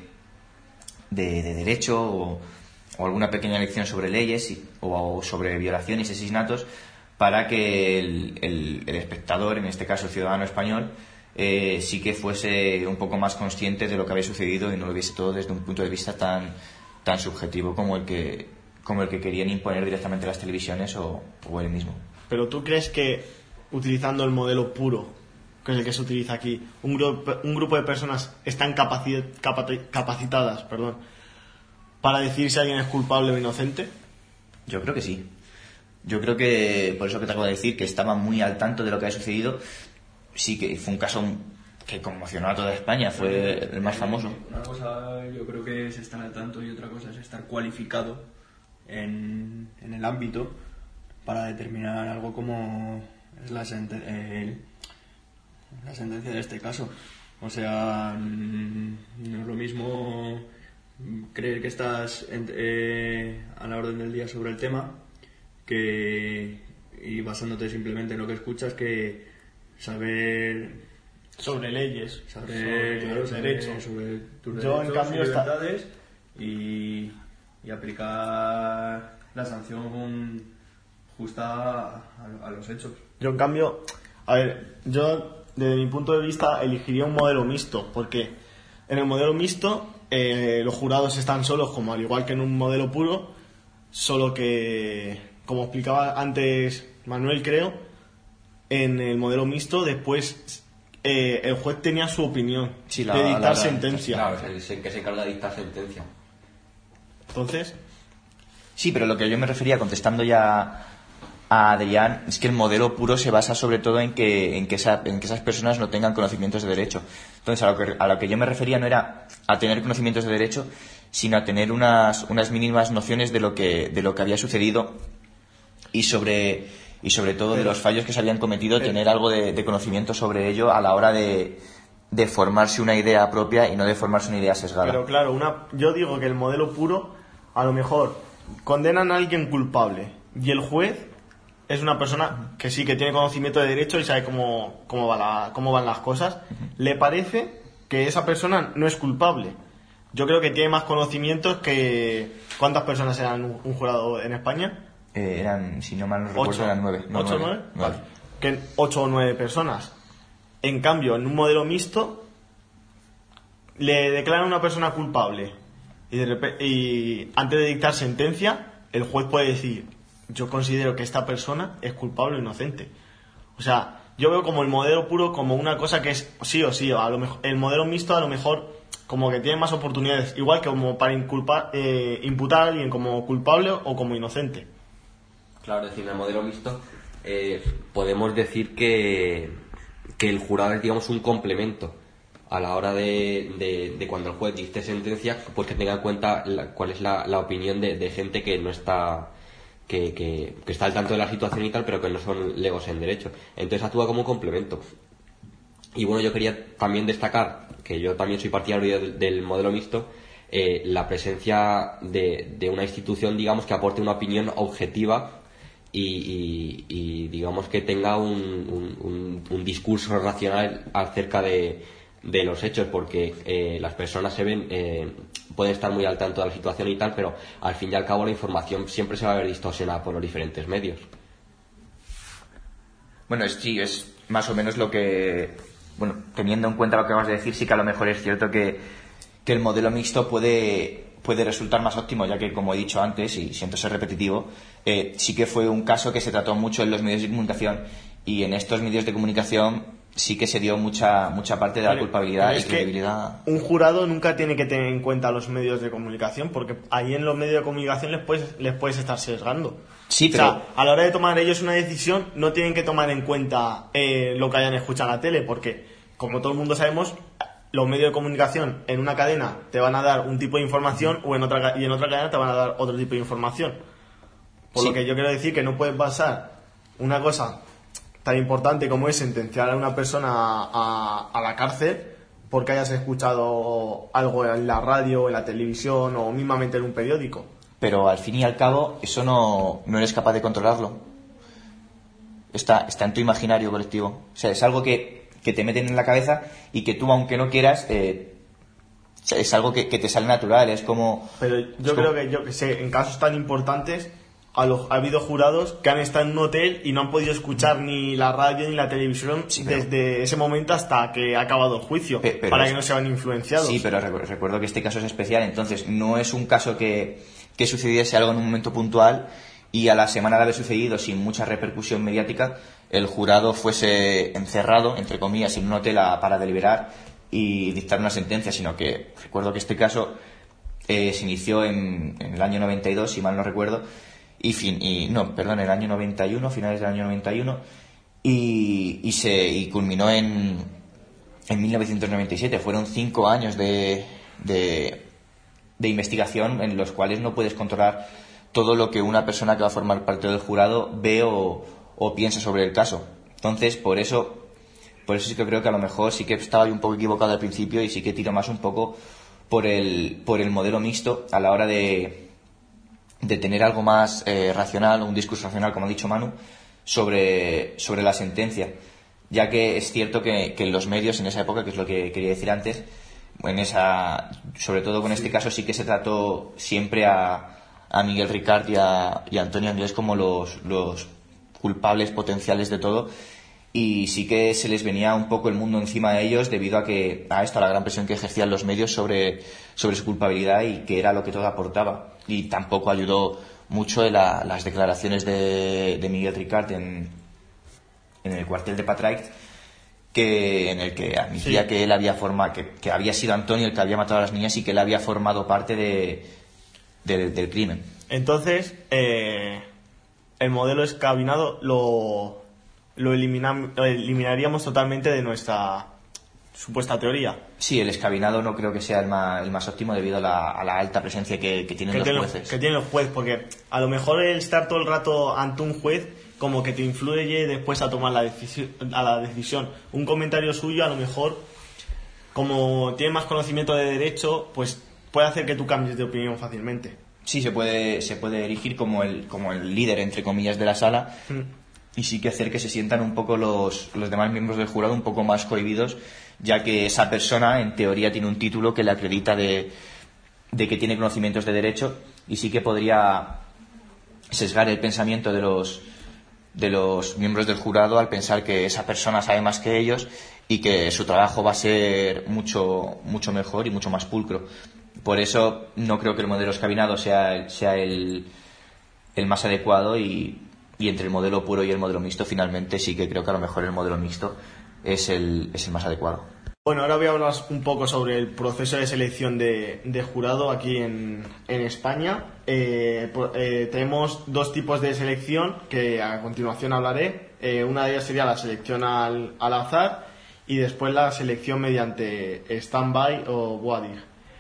derecho o alguna pequeña lección sobre leyes o sobre violaciones y asesinatos, para que el espectador, en este caso el ciudadano español, sí que fuese un poco más consciente de lo que había sucedido y no lo viese todo desde un punto de vista tan subjetivo como el que querían imponer directamente las televisiones o él mismo. ¿Pero tú crees que, utilizando el modelo puro, que es el que se utiliza aquí, un grupo de personas están capacitadas para decir si alguien es culpable o inocente? Yo creo que sí. Yo creo que, por eso que te acabo de decir, que estaban muy al tanto de lo que había sucedido. Sí que fue un caso que conmocionó a toda España, fue el más famoso. Una cosa yo creo que es estar al tanto y otra cosa es estar cualificado en el ámbito para determinar algo como es la sentencia de este caso. O sea, no es lo mismo creer que estás a la orden del día sobre el tema y basándote simplemente en lo que escuchas, que saber sobre leyes, sobre derechos, sobre tus yo derechos, en cambio libertades y aplicar la sanción justa a los hechos. Yo en cambio, yo desde mi punto de vista elegiría un modelo mixto, porque en el modelo mixto los jurados están solos, como al igual que en un modelo puro, solo que, como explicaba antes Manuel, creo, en el modelo mixto después el juez tenía su opinión de dictar sentencia. Claro, es el que se encarga de dictar sentencia. Entonces... Sí, pero lo que yo me refería, contestando ya a Adrián, es que el modelo puro se basa sobre todo en que esas personas no tengan conocimientos de derecho. Entonces, a lo que yo me refería no era a tener conocimientos de derecho, sino a tener unas mínimas nociones de lo que había sucedido y sobre todo de los fallos que se habían cometido, tener algo de conocimiento sobre ello a la hora de formarse una idea propia y no de formarse una idea sesgada. Pero claro, yo digo que el modelo puro, a lo mejor condenan a alguien culpable y el juez es una persona que sí que tiene conocimiento de derecho y sabe cómo van las cosas. Le parece que esa persona no es culpable. Yo creo que tiene más conocimientos que... ¿Cuántas personas eran un jurado en España? Eran, si no mal no recuerdo, eran 9. ¿8 o 9? Vale. Que 8 o 9 personas. En cambio, en un modelo mixto, le declaran a una persona culpable y antes de dictar sentencia, el juez puede decir: yo considero que esta persona es culpable o inocente. O sea, yo veo como el modelo puro como una cosa que es sí o sí. A lo mejor, el modelo mixto a lo mejor como que tiene más oportunidades, igual que como para imputar a alguien como culpable o como inocente. Claro, es decir, en el modelo mixto podemos decir que el jurado es, digamos, un complemento a la hora de cuando el juez dicte sentencia, pues que tenga en cuenta cuál es la opinión de gente que no está... Que está al tanto de la situación y tal, pero que no son legos en derecho. Entonces actúa como un complemento. Y bueno, yo quería también destacar que yo también soy partidario del modelo mixto, la presencia de una institución, digamos, que aporte una opinión objetiva y digamos que tenga un discurso racional acerca de los hechos, porque las personas pueden estar muy al tanto de la situación y tal, pero al fin y al cabo la información siempre se va a ver distorsionada por los diferentes medios. Bueno, sí, es más o menos lo que... Bueno, teniendo en cuenta lo que acabas de decir, sí que a lo mejor es cierto que el modelo mixto puede resultar más óptimo, ya que, como he dicho antes, y siento ser repetitivo, sí que fue un caso que se trató mucho en los medios de comunicación, y en estos medios de comunicación sí que se dio mucha parte de la culpabilidad y credibilidad. Un jurado nunca tiene que tener en cuenta los medios de comunicación, porque ahí en los medios de comunicación les puedes estar sesgando. Sí, pero... O sea, a la hora de tomar ellos una decisión, no tienen que tomar en cuenta lo que hayan escuchado en la tele, porque, como todo el mundo sabemos, los medios de comunicación en una cadena te van a dar un tipo de información y en otra cadena te van a dar otro tipo de información. Por lo que yo quiero decir que no puedes basar una cosa tan importante como es sentenciar a una persona a la cárcel porque hayas escuchado algo en la radio, en la televisión o mismamente en un periódico. Pero al fin y al cabo eso no eres capaz de controlarlo. Está en tu imaginario colectivo. O sea, es algo que te meten en la cabeza y que tú, aunque no quieras, es algo que te sale natural. Es como... Pero creo que sé, en casos tan importantes ha habido jurados que han estado en un hotel y no han podido escuchar ni la radio ni la televisión desde ese momento hasta que ha acabado el juicio, para que no se vean influenciados. Sí, pero recuerdo que este caso es especial, entonces no es un caso que sucediese algo en un momento puntual y a la semana de haber sucedido, sin mucha repercusión mediática, el jurado fuese encerrado, entre comillas, en un hotel para deliberar y dictar una sentencia, sino que recuerdo que este caso se inició en el año 92, si mal no recuerdo, el año 91, finales del año 91, y culminó en 1997. Fueron 5 años de investigación en los cuales no puedes controlar todo lo que una persona que va a formar parte del jurado ve o piensa sobre el caso. Entonces, por eso sí que creo que a lo mejor sí que estaba un poco equivocado al principio y sí que tiro más un poco por el modelo mixto a la hora de tener algo más racional, un discurso racional, como ha dicho Manu, sobre la sentencia, ya que es cierto que en los medios en esa época, que es lo que quería decir antes, sobre todo con este caso sí que se trató siempre a Miguel Ricard y a Antonio Anglés como los culpables potenciales de todo, y sí que se les venía un poco el mundo encima de ellos debido a la gran presión que ejercían los medios sobre su culpabilidad y que era lo que todo aportaba. Y tampoco ayudó mucho las declaraciones de Miguel Ricard en el cuartel de Patraix, en el que admitía que él había que había sido Antonio el que había matado a las niñas y que él había formado parte del crimen. Entonces, el modelo escabinado lo eliminaríamos totalmente de nuestra supuesta teoría. Sí, el escabinado no creo que sea el más óptimo debido a la alta presencia que tienen los jueces. Que tienen los jueces, porque a lo mejor el estar todo el rato ante un juez como que te influye después a tomar la decisión. Un comentario suyo a lo mejor, como tiene más conocimiento de derecho, pues puede hacer que tú cambies de opinión fácilmente. Sí, se puede erigir como el líder, entre comillas, de la sala, y sí que hacer que se sientan un poco los demás miembros del jurado un poco más cohibidos, ya que esa persona en teoría tiene un título que le acredita de que tiene conocimientos de derecho, y sí que podría sesgar el pensamiento de los miembros del jurado al pensar que esa persona sabe más que ellos y que su trabajo va a ser mucho mejor y mucho más pulcro. Por eso no creo que el modelo escabinado sea el más adecuado, y entre el modelo puro y el modelo mixto finalmente sí que creo que a lo mejor el modelo mixto es el más adecuado. Bueno, ahora voy a hablar un poco sobre el proceso de selección de jurado aquí en España. Tenemos dos tipos de selección que a continuación hablaré. Una de ellas sería la selección al azar y después la selección mediante stand-by o voir dire.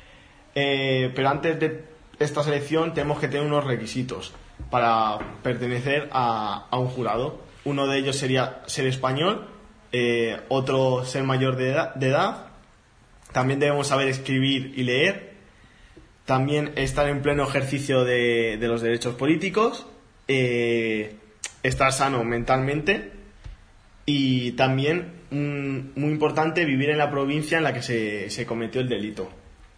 Pero antes de esta selección tenemos que tener unos requisitos para pertenecer a un jurado. Uno de ellos sería ser español, otro ser mayor de edad. También debemos saber escribir y leer. También estar en pleno ejercicio de los derechos políticos, estar sano mentalmente y también, muy importante, vivir en la provincia en la que se cometió el delito.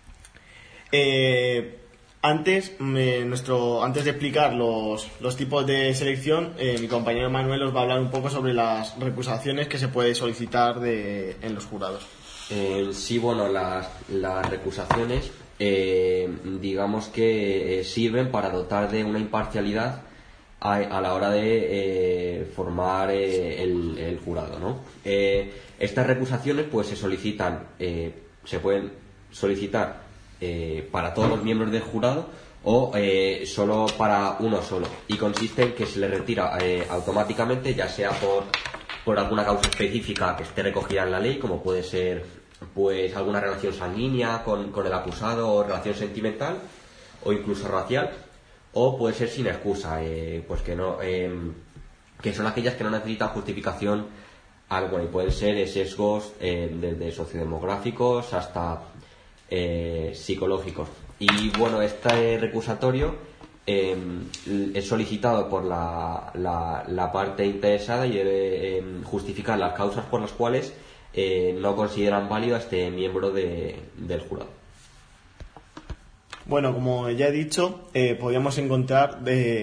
Antes de explicar los tipos de selección, mi compañero Manuel os va a hablar un poco sobre las recusaciones que se puede solicitar en los jurados. Sí, bueno, las recusaciones digamos que sirven para dotar de una imparcialidad a la hora de formar el jurado, ¿no? Estas recusaciones pues se pueden solicitar para todos los miembros del jurado o solo para uno solo, y consiste en que se le retira automáticamente, ya sea por alguna causa específica que esté recogida en la ley, como puede ser pues alguna relación sanguínea con el acusado, o relación sentimental o incluso racial, o puede ser sin excusa, pues que no que son aquellas que no necesitan justificación alguna, y pueden ser sesgos desde sociodemográficos hasta psicológicos. Y bueno, este recusatorio es solicitado por la parte interesada y debe justificar las causas por las cuales no consideran válido a este miembro del jurado. Bueno, como ya he dicho, podríamos encontrar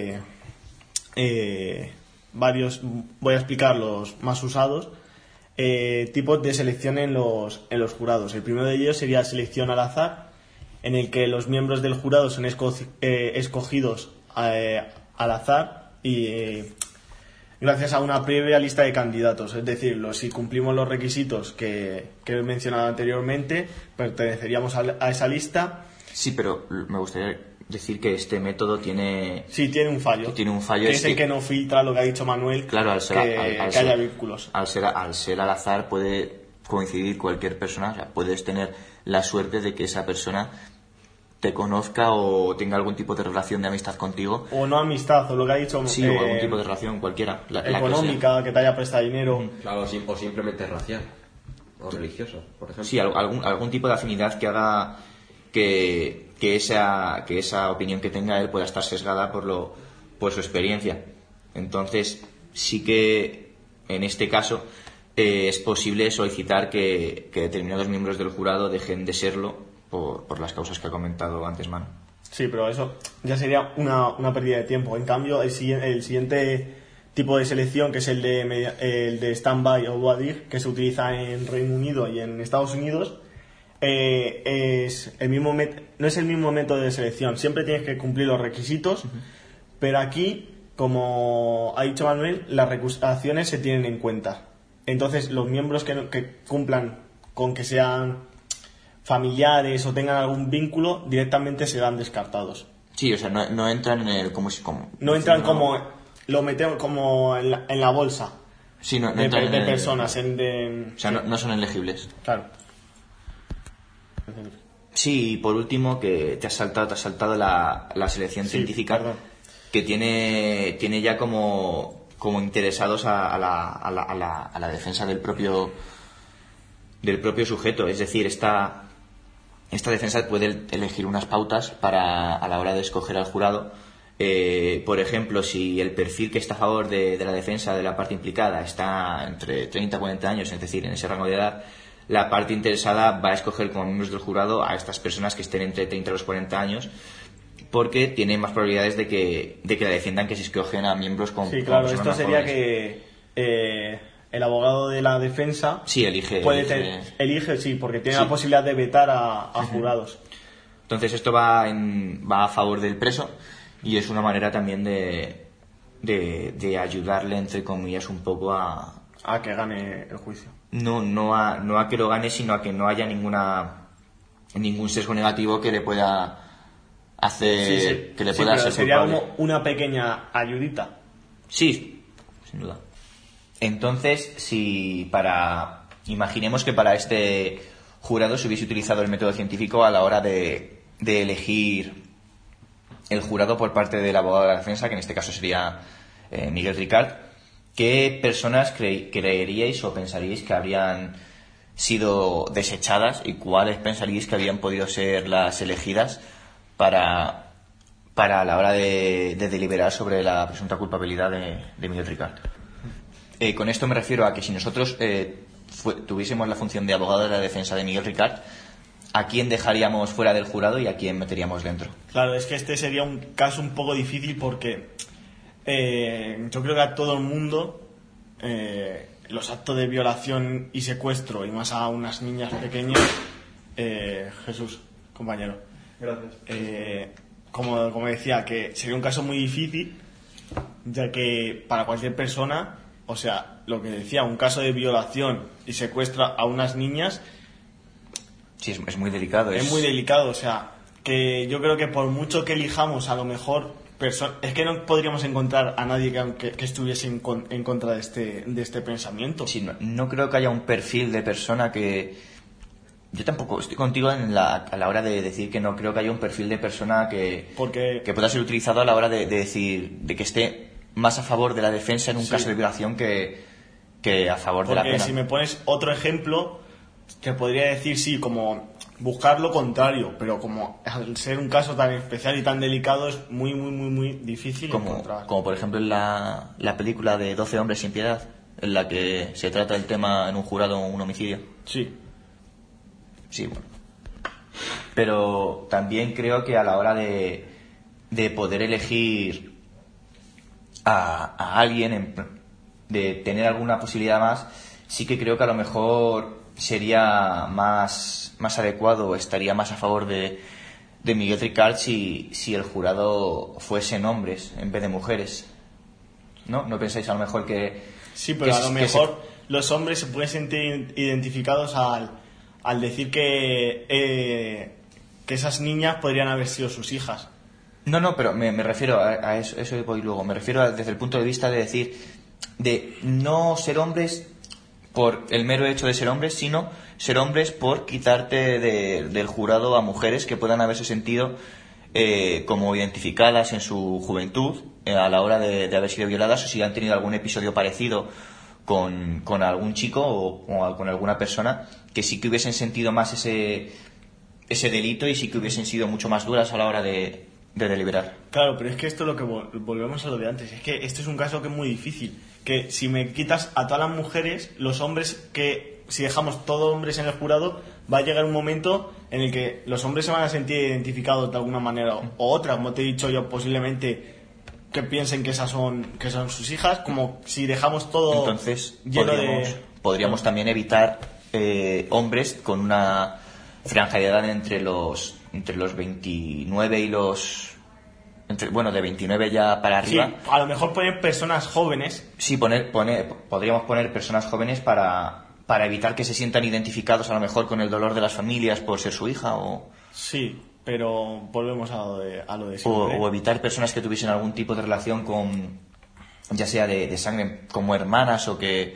varios, voy a explicar los más usados, tipos de selección en los jurados. El primero de ellos sería selección al azar, en el que los miembros del jurado son escogidos al azar y gracias a una previa lista de candidatos. Es decir, si cumplimos los requisitos que he mencionado anteriormente, perteneceríamos a esa lista. Sí, pero me gustaría decir que este método tiene... Sí, tiene un fallo. Que es el que no filtra lo que ha dicho Manuel, claro, que haya vínculos. Al ser al azar puede coincidir cualquier persona, o sea, puedes tener la suerte de que esa persona te conozca o tenga algún tipo de relación de amistad contigo. O no amistad, o lo que ha dicho... Sí, o algún tipo de relación, cualquiera. Económica, que te haya prestado dinero. Claro, o simplemente racial o religioso, por ejemplo. Sí, algún tipo de afinidad que haga que esa opinión que tenga él pueda estar sesgada por su experiencia. Entonces, sí que en este caso es posible solicitar que determinados miembros del jurado dejen de serlo por las causas que ha comentado antes Manu. Sí, pero eso ya sería una pérdida de tiempo. En cambio, el siguiente tipo de selección, que es el de stand-by o voir dire, que se utiliza en Reino Unido y en Estados Unidos, es el mismo no es el mismo método de selección. Siempre tienes que cumplir los requisitos, pero aquí, como ha dicho Manuel, las recusaciones se tienen en cuenta. entonces los miembros que cumplan con que sean familiares o tengan algún vínculo directamente serán descartados. Sí, o sea, no entran en el... No entran como... Lo metemos como en la bolsa. Sí, no de entran en personas. O sea, no son elegibles. Claro. Sí, y por último, que te has saltado la selección científica, perdón. Que tiene ya como interesados a la defensa del propio sujeto. Es decir, esta defensa puede elegir unas pautas a la hora de escoger al jurado. Por ejemplo, si el perfil que está a favor de la defensa de la parte implicada está entre 30 y 40 años, es decir, en ese rango de edad, la parte interesada va a escoger como miembros del jurado a estas personas que estén entre 30 y los 40 años, porque tienen más probabilidades de que la defiendan que si escogen a miembros con... Sí, claro, esto sería jóvenes. Que el abogado de la defensa... Sí, elige, sí, porque tiene la posibilidad de vetar a jurados. Entonces esto va a favor del preso y es una manera también de ayudarle, entre comillas, un poco a que gane el juicio. No a que lo gane, sino a que no haya ningún sesgo negativo que le pueda hacer... Sí. Que le pueda pero ser sería culpable. como una pequeña ayudita. Sí, sin duda. Entonces, imaginemos que para este jurado se hubiese utilizado el método científico a la hora de elegir el jurado por parte del abogado de la defensa, que en este caso sería Miguel Ricard. ¿Qué personas creeríais o pensaríais que habrían sido desechadas y cuáles pensaríais que habían podido ser las elegidas para la hora de deliberar sobre la presunta culpabilidad de Miguel Ricard? Con esto me refiero a que si nosotros tuviésemos la función de abogado de la defensa de Miguel Ricard, ¿a quién dejaríamos fuera del jurado y a quién meteríamos dentro? Claro, es que este sería un caso un poco difícil porque yo creo que a todo el mundo los actos de violación y secuestro, y más a unas niñas pequeñas, Jesús, compañero. Gracias. Como decía, que sería un caso muy difícil, ya que para cualquier persona, o sea, lo que decía, un caso de violación y secuestro a unas niñas... Sí, es muy delicado. Es muy delicado, o sea, que yo creo que por mucho que elijamos, a lo mejor... es que no podríamos encontrar a nadie que estuviese en contra de este pensamiento. Sí, no creo que haya un perfil de persona que... Yo tampoco estoy contigo a la hora de decir que no creo que haya un perfil de persona que pueda ser utilizado a la hora de decir de que esté más a favor de la defensa en un caso de violación que a favor de la pena. Porque si me pones otro ejemplo, te podría decir sí, como buscar lo contrario, pero como al ser un caso tan especial y tan delicado es muy, muy, muy, muy difícil encontrar. Como por ejemplo en la película de 12 hombres sin piedad, en la que se trata el tema en un jurado un homicidio. Sí, bueno. Pero también creo que a la hora de poder elegir a alguien, de tener alguna posibilidad más, sí que creo que a lo mejor sería más adecuado, estaría más a favor de Miguel Ricard si el jurado fuesen hombres en vez de mujeres. ¿No pensáis a lo mejor que... Sí, pero a lo mejor los hombres se pueden sentir identificados al decir que esas niñas podrían haber sido sus hijas. No, pero me refiero a eso voy luego. Me refiero desde el punto de vista de decir, de no ser hombres por el mero hecho de ser hombres, sino ser hombres por quitarte del jurado a mujeres que puedan haberse sentido como identificadas en su juventud a la hora de haber sido violadas, o si han tenido algún episodio parecido con algún chico o con alguna persona que sí que hubiesen sentido más ese delito y sí que hubiesen sido mucho más duras a la hora de deliberar. Claro, pero es que esto es lo que volvemos a lo de antes, es que esto es un caso que es muy difícil, que si me quitas a todas las mujeres, los hombres, que si dejamos todos hombres en el jurado, va a llegar un momento en el que los hombres se van a sentir identificados de alguna manera o otra, como te he dicho yo, posiblemente que piensen que esas son sus hijas, como si dejamos todo. Entonces lleno podríamos también evitar hombres con una franja de edad entre los 29 y los de 29 ya para arriba. Sí, a lo mejor poner personas jóvenes. Sí, podríamos poner personas jóvenes para evitar que se sientan identificados a lo mejor con el dolor de las familias por ser su hija o... Sí, pero volvemos a lo de siempre. O evitar personas que tuviesen algún tipo de relación con, ya sea de sangre, como hermanas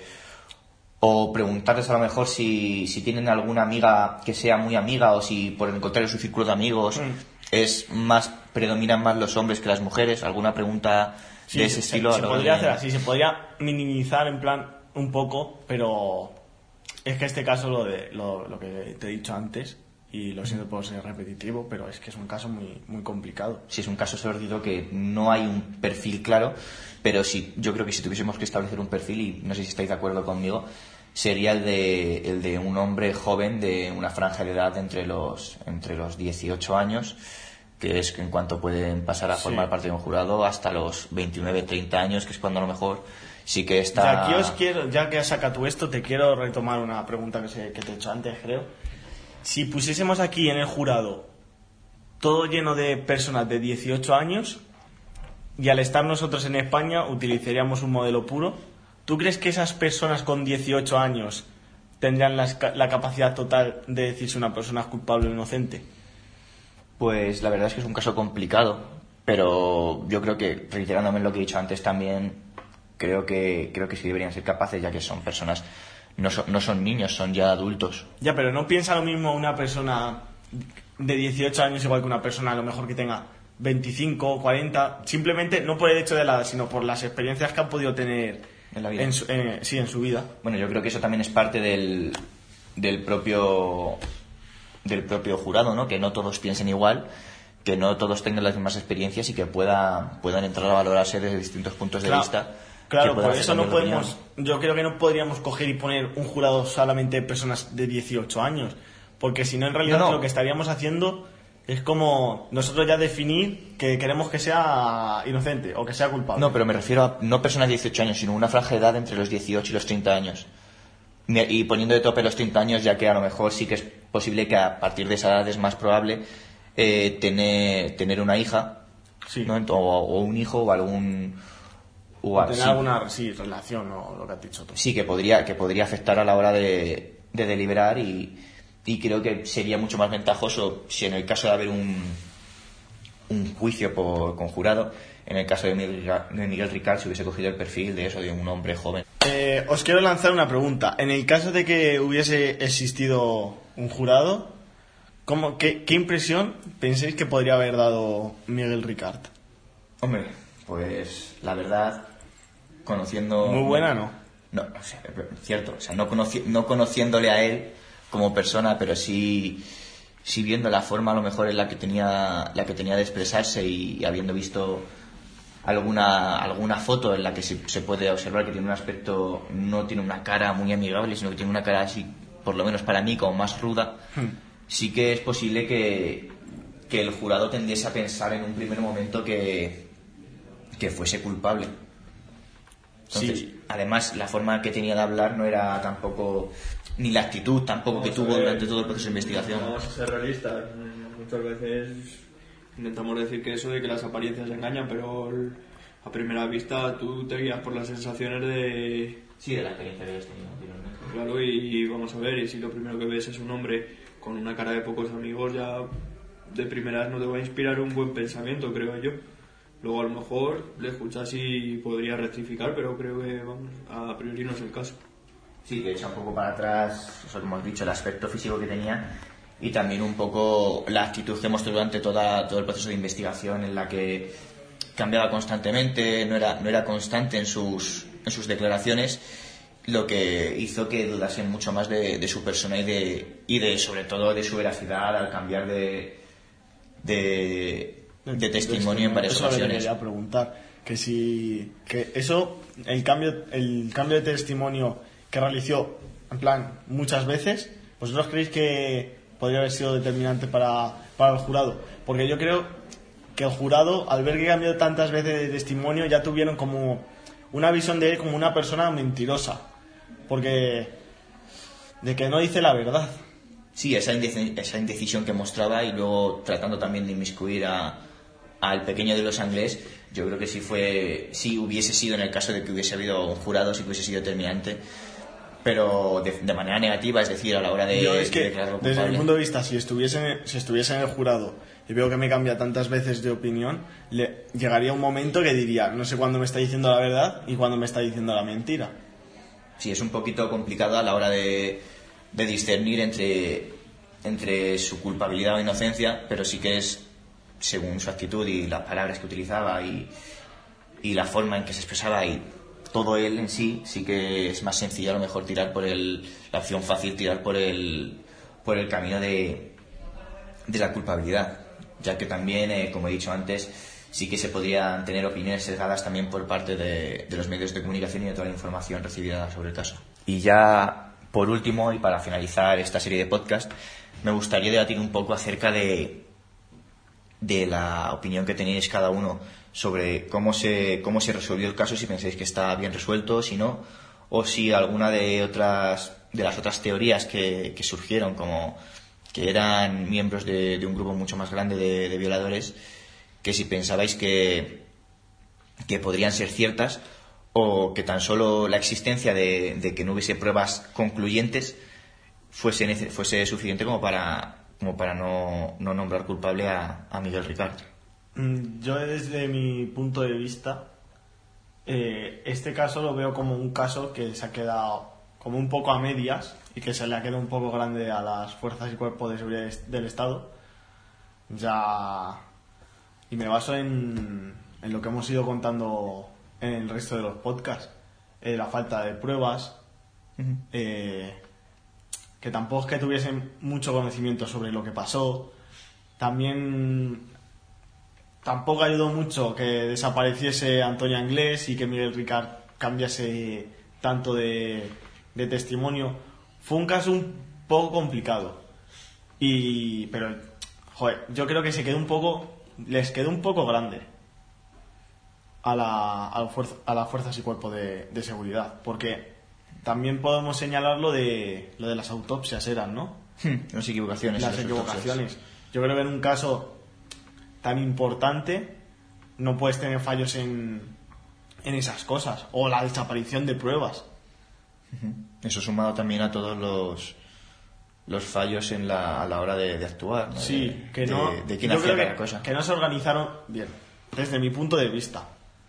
o preguntarles a lo mejor si tienen alguna amiga que sea muy amiga o si por el contrario su círculo de amigos predominan más los hombres que las mujeres, alguna pregunta de ese estilo. Se podría hacer así, se podría minimizar en plan un poco, pero es que este caso lo que te he dicho antes, y lo siento por ser repetitivo, pero es que es un caso muy, muy complicado. Sí, es un caso sórdido que no hay un perfil claro, pero sí, yo creo que si tuviésemos que establecer un perfil, y no sé si estáis de acuerdo conmigo, sería el de un hombre joven de una franja de edad entre los 18 años, que es en cuanto pueden pasar a formar parte de un jurado, hasta los 29-30 años, que es cuando a lo mejor sí que está... Ya que has sacado tú esto, te quiero retomar una pregunta que te he hecho antes, creo. Si pusiésemos aquí en el jurado todo lleno de personas de 18 años, y al estar nosotros en España utilizaríamos un modelo puro, ¿tú crees que esas personas con 18 años tendrían la capacidad total de decir si una persona es culpable o inocente? Pues la verdad es que es un caso complicado, pero yo creo que, reiterándome en lo que he dicho antes también, creo que sí deberían ser capaces, ya que son personas, no son niños, son ya adultos. Ya, pero no piensa lo mismo una persona de 18 años igual que una persona a lo mejor que tenga 25 o 40, simplemente no por el hecho de la edad, sino por las experiencias que han podido tener en la vida. En su vida. Bueno, yo creo que eso también es parte del propio jurado, ¿no? Que no todos piensen igual, que no todos tengan las mismas experiencias y que puedan entrar a valorarse desde distintos puntos de vista. Claro, por eso no podemos... Yo creo que no podríamos coger y poner un jurado solamente de personas de 18 años, porque si no, en realidad lo que estaríamos haciendo es como nosotros ya definir que queremos que sea inocente o que sea culpable. No, pero me refiero a no personas de 18 años, sino una franja de edad entre los 18 y los 30 años. Y poniendo de tope los 30 años, ya que a lo mejor sí que es posible que a partir de esa edad es más probable tener una hija, sí, ¿no? O un hijo o algún... O tener alguna relación, o lo que has dicho tú. Sí, que podría afectar a la hora de deliberar y creo que sería mucho más ventajoso si en el caso de haber un juicio con jurado, en el caso de Miguel Ricard se hubiese cogido el perfil de un hombre joven. Os quiero lanzar una pregunta. En el caso de que hubiese existido un jurado, ¿qué impresión pensáis que podría haber dado Miguel Ricard? Hombre, pues la verdad, conociendo... Muy buena, ¿no? No, o sea, cierto, o sea, no conociéndole a él como persona, pero sí viendo la forma a lo mejor en la que tenía de expresarse y habiendo visto alguna foto en la que se puede observar que tiene un aspecto, no tiene una cara muy amigable, sino que tiene una cara así, por lo menos para mí, como más ruda. Sí que es posible que el jurado tendiese a pensar en un primer momento que fuese culpable. Entonces, sí. Además, la forma que tenía de hablar no era tampoco, ni la actitud tampoco que tuvo durante todo el proceso de investigación. Vamos a ser realistas. Muchas veces intentamos decir que eso de que las apariencias engañan, pero a primera vista tú te guías por las sensaciones de... Sí, de la experiencia que has tenido. Claro, y vamos a ver, y si lo primero que ves es un hombre con una cara de pocos amigos, ya de primeras no te va a inspirar un buen pensamiento, creo yo. Luego a lo mejor le escuchas y podría rectificar, pero creo que a priori no es el caso. Sí, que echa un poco para atrás, eso como hemos dicho, el aspecto físico que tenía y también un poco la actitud que mostró durante todo el proceso de investigación, en la que cambiaba constantemente, no era constante en sus declaraciones, lo que hizo que dudasen mucho más de su persona y sobre todo de su veracidad al cambiar de testimonio en varias ocasiones. Eso quería preguntar, el cambio de testimonio que realizó en plan muchas veces, ¿vosotros creéis que podría haber sido determinante para el jurado? Porque yo creo que el jurado, al ver que cambió tantas veces de testimonio, ya tuvieron como una visión de él como una persona mentirosa, porque de que no dice la verdad. Sí, esa indecisión que mostraba, y luego tratando también de inmiscuir a al pequeño de los Anglés, yo creo que sí hubiese sido, en el caso de que hubiese habido un jurado, sí que hubiese sido determinante, pero de manera negativa, es decir, a la hora de... Yo es que, declararlo desde culpable. mi punto de vista, si estuviese en el jurado y veo que me cambia tantas veces de opinión, llegaría un momento que diría, no sé cuándo me está diciendo la verdad y cuándo me está diciendo la mentira. Sí, es un poquito complicado a la hora de discernir entre su culpabilidad o inocencia, pero sí que es, según su actitud y las palabras que utilizaba y la forma en que se expresaba y todo él en sí que es más sencillo a lo mejor tirar por la opción fácil, tirar por el camino de la culpabilidad, ya que también, como he dicho antes, sí que se podrían tener opiniones sesgadas también por parte de los medios de comunicación y de toda la información recibida sobre el caso. Y ya, por último, y para finalizar esta serie de podcast, me gustaría debatir un poco acerca de la opinión que tenéis cada uno sobre cómo se resolvió el caso, si pensáis que está bien resuelto, si no, o si alguna de las otras teorías que surgieron, como que eran miembros de un grupo mucho más grande de violadores, que si pensabais que podrían ser ciertas, o que tan solo la existencia de que no hubiese pruebas concluyentes fuese suficiente como para no nombrar culpable a Miguel Ricard. Yo, desde mi punto de vista, este caso lo veo como un caso que se ha quedado como un poco a medias y que se le ha quedado un poco grande a las fuerzas y cuerpos de seguridad del Estado. Y me baso en lo que hemos ido contando en el resto de los podcasts. La falta de pruebas, que tampoco es que tuviesen mucho conocimiento sobre lo que pasó. También tampoco ayudó mucho que desapareciese Antonio Anglés y que Miguel Ricard cambiase tanto de testimonio. Fue un caso un poco complicado. Pero, joder, yo creo que les quedó un poco grande a las fuerzas y cuerpos de seguridad, porque también podemos señalar lo de las autopsias, ¿no? Las equivocaciones. Las equivocaciones. Yo creo que en un caso tan importante no puedes tener fallos en esas cosas, o la desaparición de pruebas. Eso sumado también a todos los fallos a la hora de actuar, ¿no? Sí, de quién hacía cada cosa. Que no se organizaron bien, desde mi punto de vista.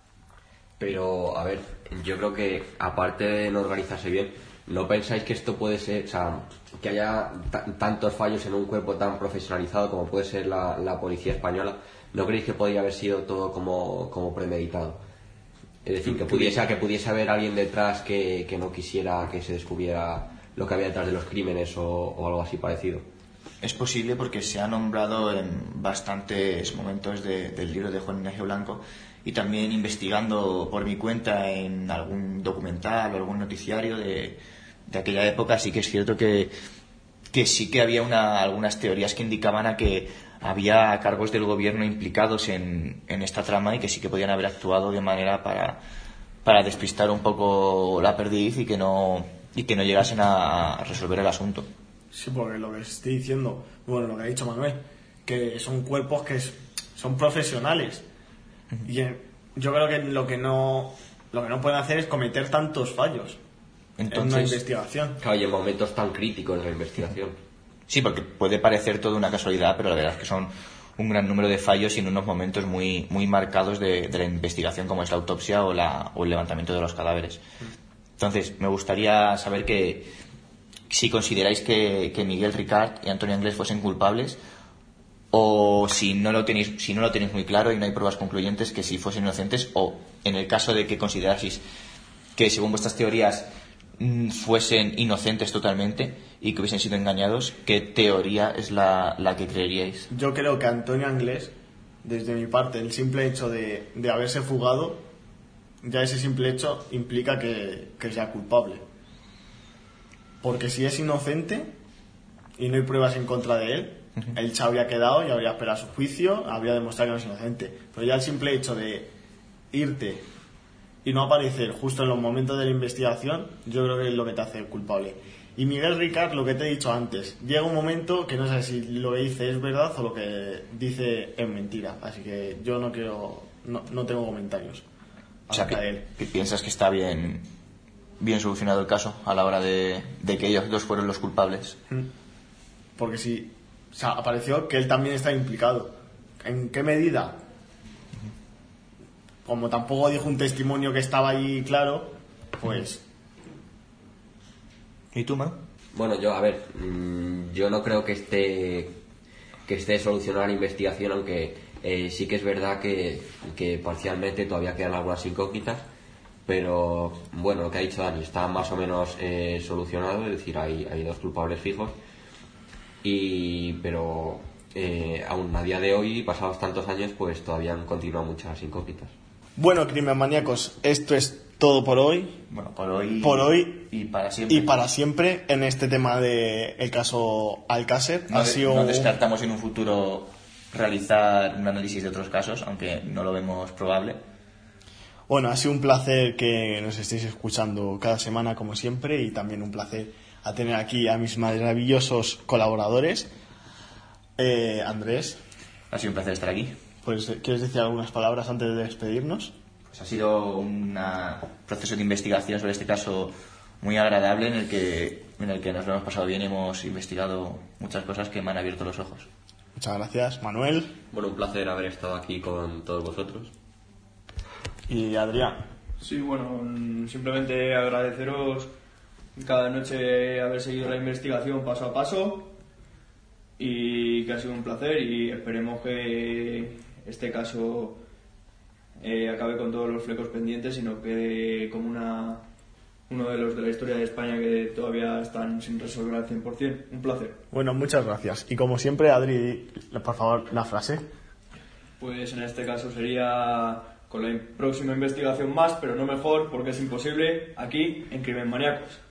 Pero, a ver, yo creo que aparte de no organizarse bien, ¿no pensáis que esto puede ser, o sea, que haya tantos fallos en un cuerpo tan profesionalizado como puede ser la policía española? ¿No creéis que podría haber sido todo como premeditado? Es decir, que pudiese haber alguien detrás que no quisiera que se descubriera lo que había detrás de los crímenes o algo así parecido. Es posible, porque se ha nombrado en bastantes momentos del libro de Juan Ignacio Blanco, y también investigando por mi cuenta en algún documental o algún noticiario de aquella época. Sí que es cierto que sí que había algunas teorías que indicaban a que había cargos del gobierno implicados en esta trama, y que sí que podían haber actuado de manera para despistar un poco la perdiz y que no llegasen a resolver el asunto. Sí, porque lo que estoy diciendo, bueno, lo que ha dicho Manuel, que son cuerpos que son profesionales. Y yo creo que lo que no pueden hacer es cometer tantos fallos en una investigación. Claro, y en momentos tan críticos de la investigación. Sí, porque puede parecer toda una casualidad, pero la verdad es que son un gran número de fallos y en unos momentos muy, muy marcados de la investigación, como es la autopsia o el levantamiento de los cadáveres. Entonces, me gustaría saber si consideráis que Miguel Ricard y Antonio Anglés fuesen culpables, o si no lo tenéis muy claro y no hay pruebas concluyentes, que si fuesen inocentes, o en el caso de que consideraseis que, según vuestras teorías, fuesen inocentes totalmente y que hubiesen sido engañados, ¿qué teoría es la que creeríais? Yo creo que Antonio Anglés, desde mi parte, el simple hecho de haberse fugado, ya ese simple hecho implica que sea culpable. Porque si es inocente y no hay pruebas en contra de él, él se habría quedado y habría esperado su juicio, habría demostrado que no es inocente. Pero ya el simple hecho de irte y no aparecer justo en los momentos de la investigación, yo creo que es lo que te hace culpable. Y Miguel Ricard, lo que te he dicho antes, llega un momento que no sé si lo que dice es verdad o lo que dice es mentira. Así que yo no tengo comentarios. O sea, que piensas que está bien solucionado el caso a la hora de que ellos dos fueron los culpables. Porque sí, o sea, apareció que él también está implicado. ¿En qué medida? Como tampoco dijo un testimonio que estaba ahí claro, pues... ¿Y tú, Mau? Bueno, yo no creo que esté solucionada la investigación, aunque sí que es verdad que parcialmente todavía quedan algunas incógnitas, pero bueno, lo que ha dicho Dani está más o menos solucionado, es decir, hay 2 culpables fijos, pero aún a día de hoy, pasados tantos años, pues todavía han continuado muchas incógnitas. Bueno, Crimen Maníacos, esto es todo por hoy. Bueno, por hoy y para siempre. Y para siempre en este tema del caso Alcácer. No descartamos en un futuro realizar un análisis de otros casos, aunque no lo vemos probable. Bueno, ha sido un placer que nos estéis escuchando cada semana, como siempre, y también un placer a tener aquí a mis maravillosos colaboradores. Andrés. Ha sido un placer estar aquí. Pues, ¿quieres decir algunas palabras antes de despedirnos? Pues ha sido un proceso de investigación sobre este caso muy agradable en el que nos lo hemos pasado bien y hemos investigado muchas cosas que me han abierto los ojos. Muchas gracias, Manuel. Bueno, un placer haber estado aquí con todos vosotros. Y Adrián. Sí, bueno, simplemente agradeceros cada noche haber seguido la investigación paso a paso y que ha sido un placer, y esperemos que este caso acabe con todos los flecos pendientes y no quede como uno de los de la historia de España que todavía están sin resolver al 100%. Un placer. Bueno, muchas gracias. Y como siempre, Adri, por favor, la frase. Pues en este caso sería: con la próxima investigación más, pero no mejor, porque es imposible, aquí en Crimen Maníacos.